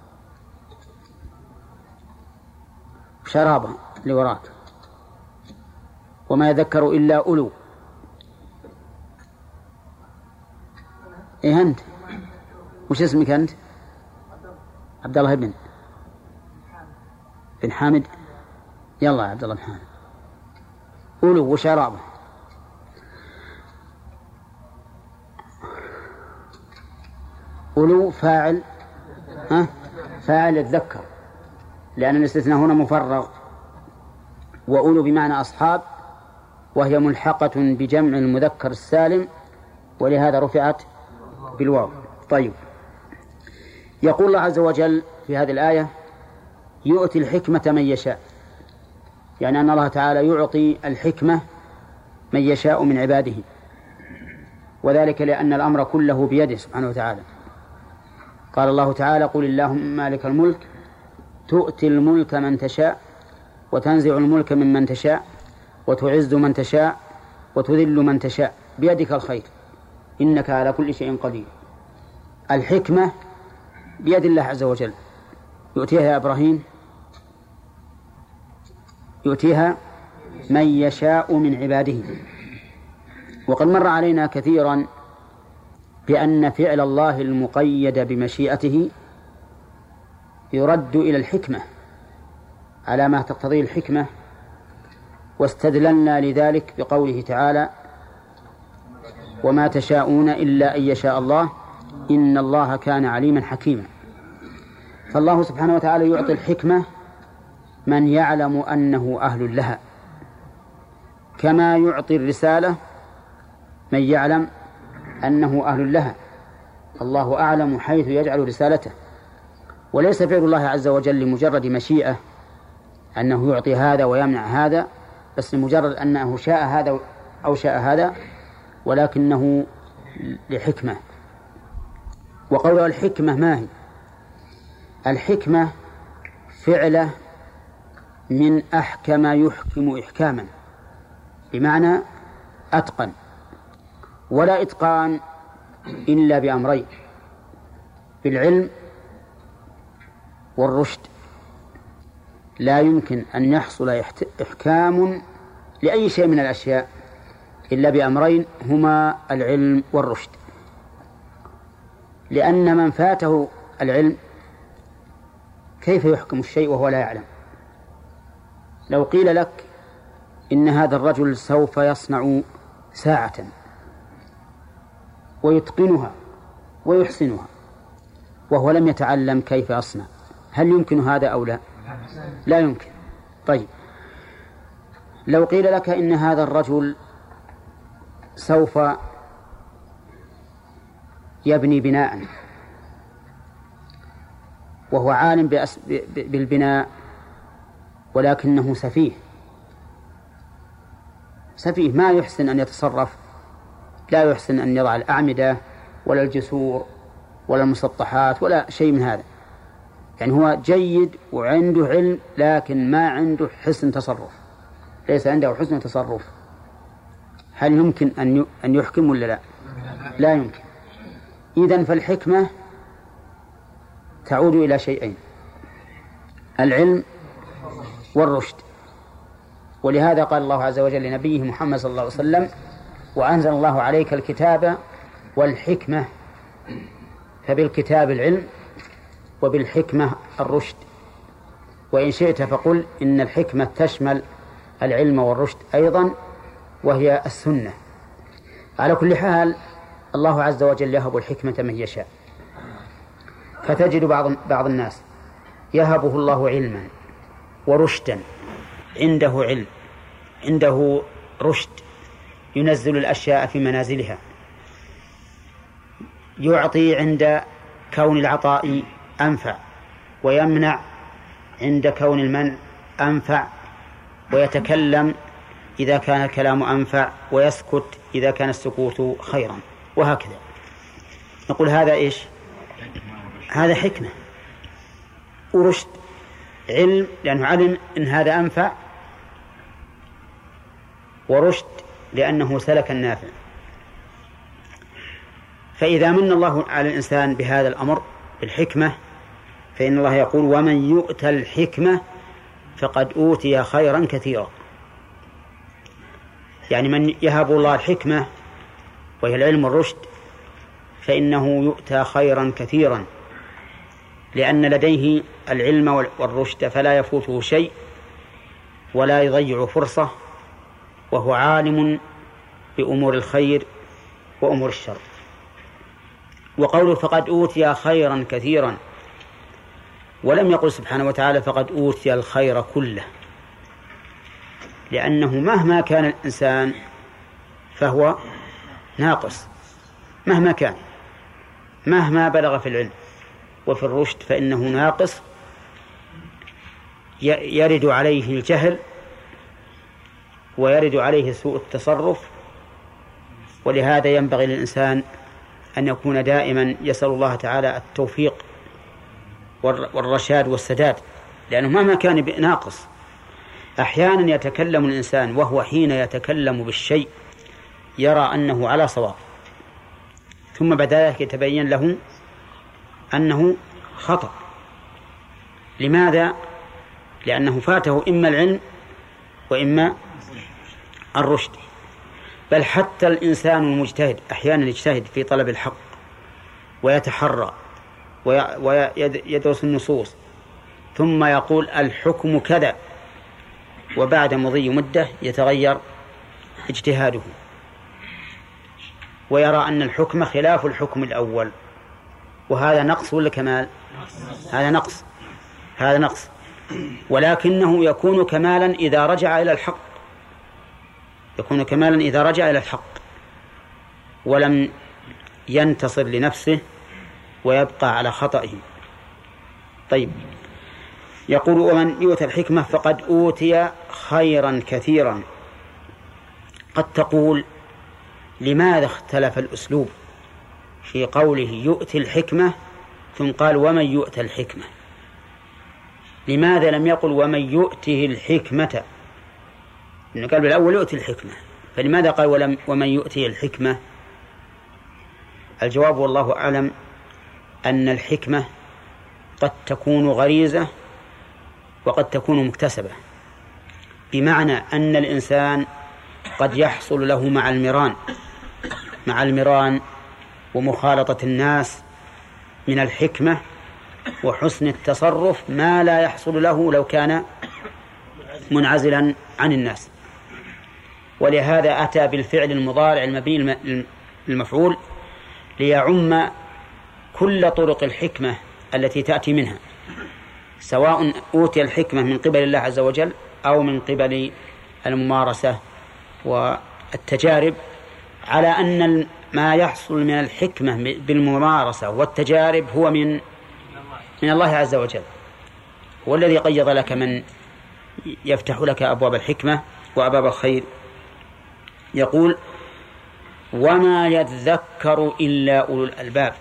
شرابة لوراك، وما يذكر إلا أولو. إيه أنت؟ وش اسمك أنت؟ عبد الله بن حامد. يلا يا عبد الله بن حامد. أولو وشرابة. أولو فاعل، فاعل يتذكر، لأن الاستثناء هنا مفرغ. وأولو بمعنى أصحاب، وهي ملحقة بجمع المذكر السالم، ولهذا رفعت بالواو. طيب، يقول الله عز وجل في هذه الآية يؤتي الحكمة من يشاء، يعني أن الله تعالى يعطي الحكمة من يشاء من عباده، وذلك لأن الأمر كله بيده سبحانه وتعالى. قال الله تعالى قل اللهم مالك الملك تؤتي الملك من تشاء وتنزع الملك ممن تشاء وتعز من تشاء وتذل من تشاء بيدك الخير إنك على كل شيء قدير. الحكمة بيد الله عز وجل، يؤتيها يا إبراهيم، يؤتيها من يشاء من عباده. وقد مر علينا كثيرا بأن فعل الله المقيد بمشيئته يرد إلى الحكمة، على ما تقتضيه الحكمة، واستدللنا لذلك بقوله تعالى: وما تشاءون إلا أن يشاء الله إن الله كان عليما حكيما. فالله سبحانه وتعالى يعطي الحكمة من يعلم أنه أهل لها، كما يعطي الرسالة من يعلم أنه أهل لها. الله أعلم حيث يجعل رسالته، وليس فعل الله عز وجل لمجرد مشيئة أنه يعطي هذا ويمنع هذا، بس لمجرد أنه شاء هذا أو شاء هذا، ولكنه لحكمة. وقول الحكمة ما هي؟ الحكمة فعله من أحكم يحكم إحكاما، بمعنى أتقن، ولا إتقان إلا بأمرين: بالعلم والرشد. لا يمكن أن يحصل إحكام لأي شيء من الأشياء إلا بأمرين هما العلم والرشد، لأن من فاته العلم كيف يحكم الشيء وهو لا يعلم؟ لو قيل لك إن هذا الرجل سوف يصنع ساعة ويتقنها ويحسنها وهو لم يتعلم كيف يصنع، هل يمكن هذا أو لا؟ لا يمكن. طيب، لو قيل لك إن هذا الرجل سوف يبني بناء وهو عالم بالبناء ولكنه سفيه ما يحسن أن يتصرف، لا يحسن أن يضع الأعمدة ولا الجسور ولا المسطحات ولا شيء من هذا، يعني هو جيد وعنده علم لكن ما عنده حسن تصرف، ليس عنده حسن تصرف، هل يمكن أن يحكم ولا لا؟ لا يمكن. إذن فالحكمة تعود إلى شيئين: العلم والرشد. ولهذا قال الله عز وجل لنبيه محمد صلى الله عليه وسلم: وأنزل الله عليك الكتاب والحكمة. فبالكتاب العلم وبالحكمة الرشد. وإن شئت فقل إن الحكمة تشمل العلم والرشد أيضا، وهي السنة. على كل حال الله عز وجل يهب الحكمة من يشاء، فتجد بعض الناس يهبه الله علما ورشدا، عنده علم عنده رشد، ينزل الأشياء في منازلها، يعطي عند كون العطاء أنفع، ويمنع عند كون المنع أنفع، ويتكلم إذا كان الكلام أنفع، ويسكت إذا كان السكوت خيرا، وهكذا. نقول هذا إيش؟ هذا حكمة ورشد. علم لأنه علم إن هذا أنفع، ورشد لأنه سلك النافع. فإذا من الله على الإنسان بهذا الأمر بالحكمة، فإن الله يقول: ومن يؤت الحكمة فقد أوتي خيرا كثيرا. يعني من يهب الله الحكمة وهي العلم والرشد فإنه يؤتى خيرا كثيرا، لأن لديه العلم والرشد فلا يفوته شيء ولا يضيع فرصة، وهو عالم بأمور الخير وأمور الشر. وقوله فقد أوتي خيرا كثيرا، ولم يقل سبحانه وتعالى فقد أوتي الخير كله، لأنه مهما كان الإنسان فهو ناقص، مهما كان، مهما بلغ في العلم وفي الرشد فإنه ناقص، يرد عليه الجهل ويرد عليه سوء التصرف. ولهذا ينبغي للإنسان أن يكون دائما يسأل الله تعالى التوفيق والرشاد والسداد، لأنه مهما كان ناقص. أحيانا يتكلم الإنسان وهو حين يتكلم بالشيء يرى أنه على صواب، ثم بعد ذلك يتبين له أنه خطأ. لماذا؟ لأنه فاته إما العلم وإما الرشد. بل حتى الإنسان المجتهد أحيانا يجتهد في طلب الحق ويتحرى ويدرس النصوص ثم يقول الحكم كذا، وبعد مضي مدة يتغير اجتهاده ويرى أن الحكم خلاف الحكم الأول، وهذا نقص ولا كمال؟ هذا نقص، ولكنه يكون كمالا إذا رجع إلى الحق، ولم ينتصر لنفسه ويبقى على خطئه. طيب، يقول ومن يؤتى الحكمة فقد أوتي خيرا كثيرا. قد تقول لماذا اختلف الأسلوب في قوله يؤتي الحكمة ثم قال ومن يؤتى الحكمة؟ لماذا لم يقل ومن يؤته الحكمة؟ لأنه قال بالأول يؤتي الحكمة، فلماذا قال ومن يؤتي الحكمة؟ الجواب والله أعلم أن الحكمة قد تكون غريزة وقد تكون مكتسبة، بمعنى أن الإنسان قد يحصل له مع المران ومخالطة الناس من الحكمة وحسن التصرف ما لا يحصل له لو كان منعزلا عن الناس. ولهذا أتى بالفعل المضارع المبني المفعول ليعم كل طرق الحكمة التي تأتي منها، سواء أوتي الحكمة من قبل الله عز وجل أو من قبل الممارسة والتجارب، على أن ما يحصل من الحكمة بالممارسة والتجارب هو من الله عز وجل، والذي قيض لك من يفتح لك أبواب الحكمة وأبواب الخير. يقول وما يذكر إلا أولو الألباب.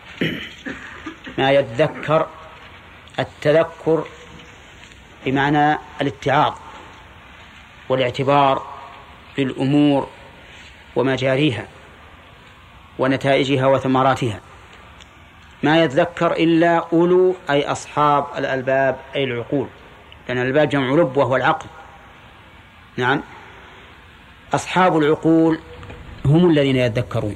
ما يذكر، التذكر بمعنى الاتعاظ والاعتبار بالأمور ومجاريها ونتائجها وثمراتها. ما يذكر إلا أولو أي أصحاب الألباب أي العقول، لأن الألباب جمع لب وهو العقل. نعم، أصحاب العقول هم الذين يذكرون،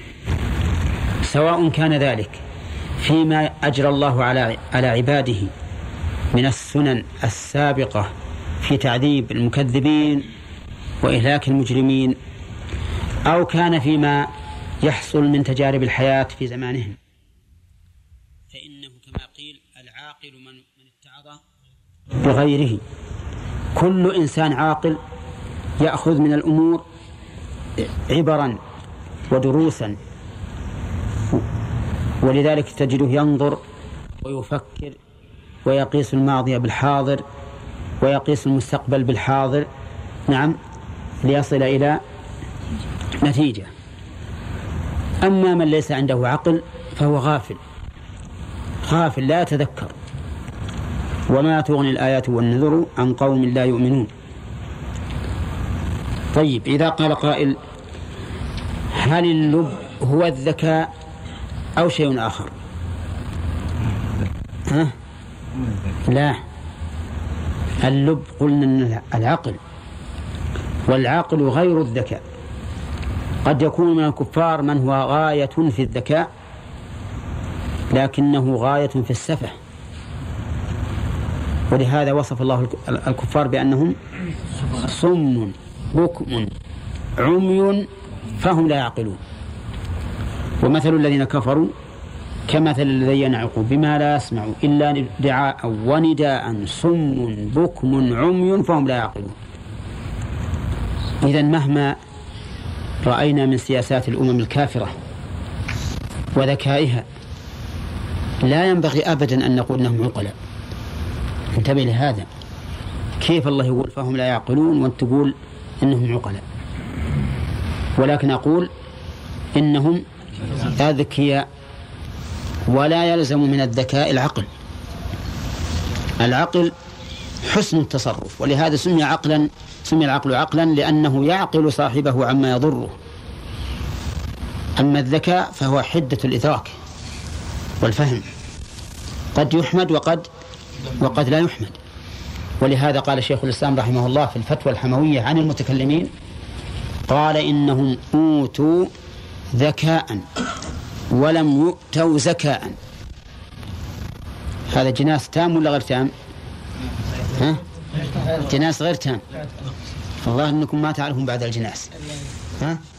سواء كان ذلك فيما أجرى الله على عباده من السنن السابقة في تعذيب المكذبين وإهلاك المجرمين، أو كان فيما يحصل من تجارب الحياة في زمانهم، فإنه كما قيل العاقل من اتعظ بغيره. كل إنسان عاقل يأخذ من الأمور عبرا ودروسا، ولذلك تجده ينظر ويفكر ويقيس الماضي بالحاضر ويقيس المستقبل بالحاضر، نعم، ليصل إلى نتيجة. أما من ليس عنده عقل فهو غافل لا يتذكر. وما تغني الآيات والنذر عن قوم لا يؤمنون. طيب، إذا قال قائل هل اللب هو الذكاء أو شيء آخر؟ لا، اللب قلنا أن العقل، والعقل غير الذكاء. قد يكون من الكفار من هو غاية في الذكاء لكنه غاية في السفه، ولهذا وصف الله الكفار بأنهم صم بكم عمي فهم لا يعقلون. ومثل الذين كفروا كمثل الذي ينعق بما لا يسمع إلا دعاء ونداء صم بكم عمي فهم لا يعقلون. إذن مهما رأينا من سياسات الأمم الكافرة وذكائها لا ينبغي أبدا أن نقول أنهم عقلاء. انتبه لهذا، كيف الله يقول فهم لا يعقلون وأنت تقول إنهم عقلاء؟ ولكن أقول إنهم أذكياء، ولا يلزم من الذكاء العقل حسن التصرف، ولهذا سمي العقل عقلا لأنه يعقل صاحبه عما يضره. أما الذكاء فهو حدة الإدراك والفهم، قد يحمد وقد لا يحمد. ولهذا قال شيخ الإسلام رحمه الله في الفتوى الحموية عن المتكلمين، قال إنهم أوتوا ذكاء ولم يؤتوا زكاء. هذا جناس تام ولا غير تام؟ ها؟ الجناس غير تام. والله أنكم ما تعرفون بعد الجناس. ها؟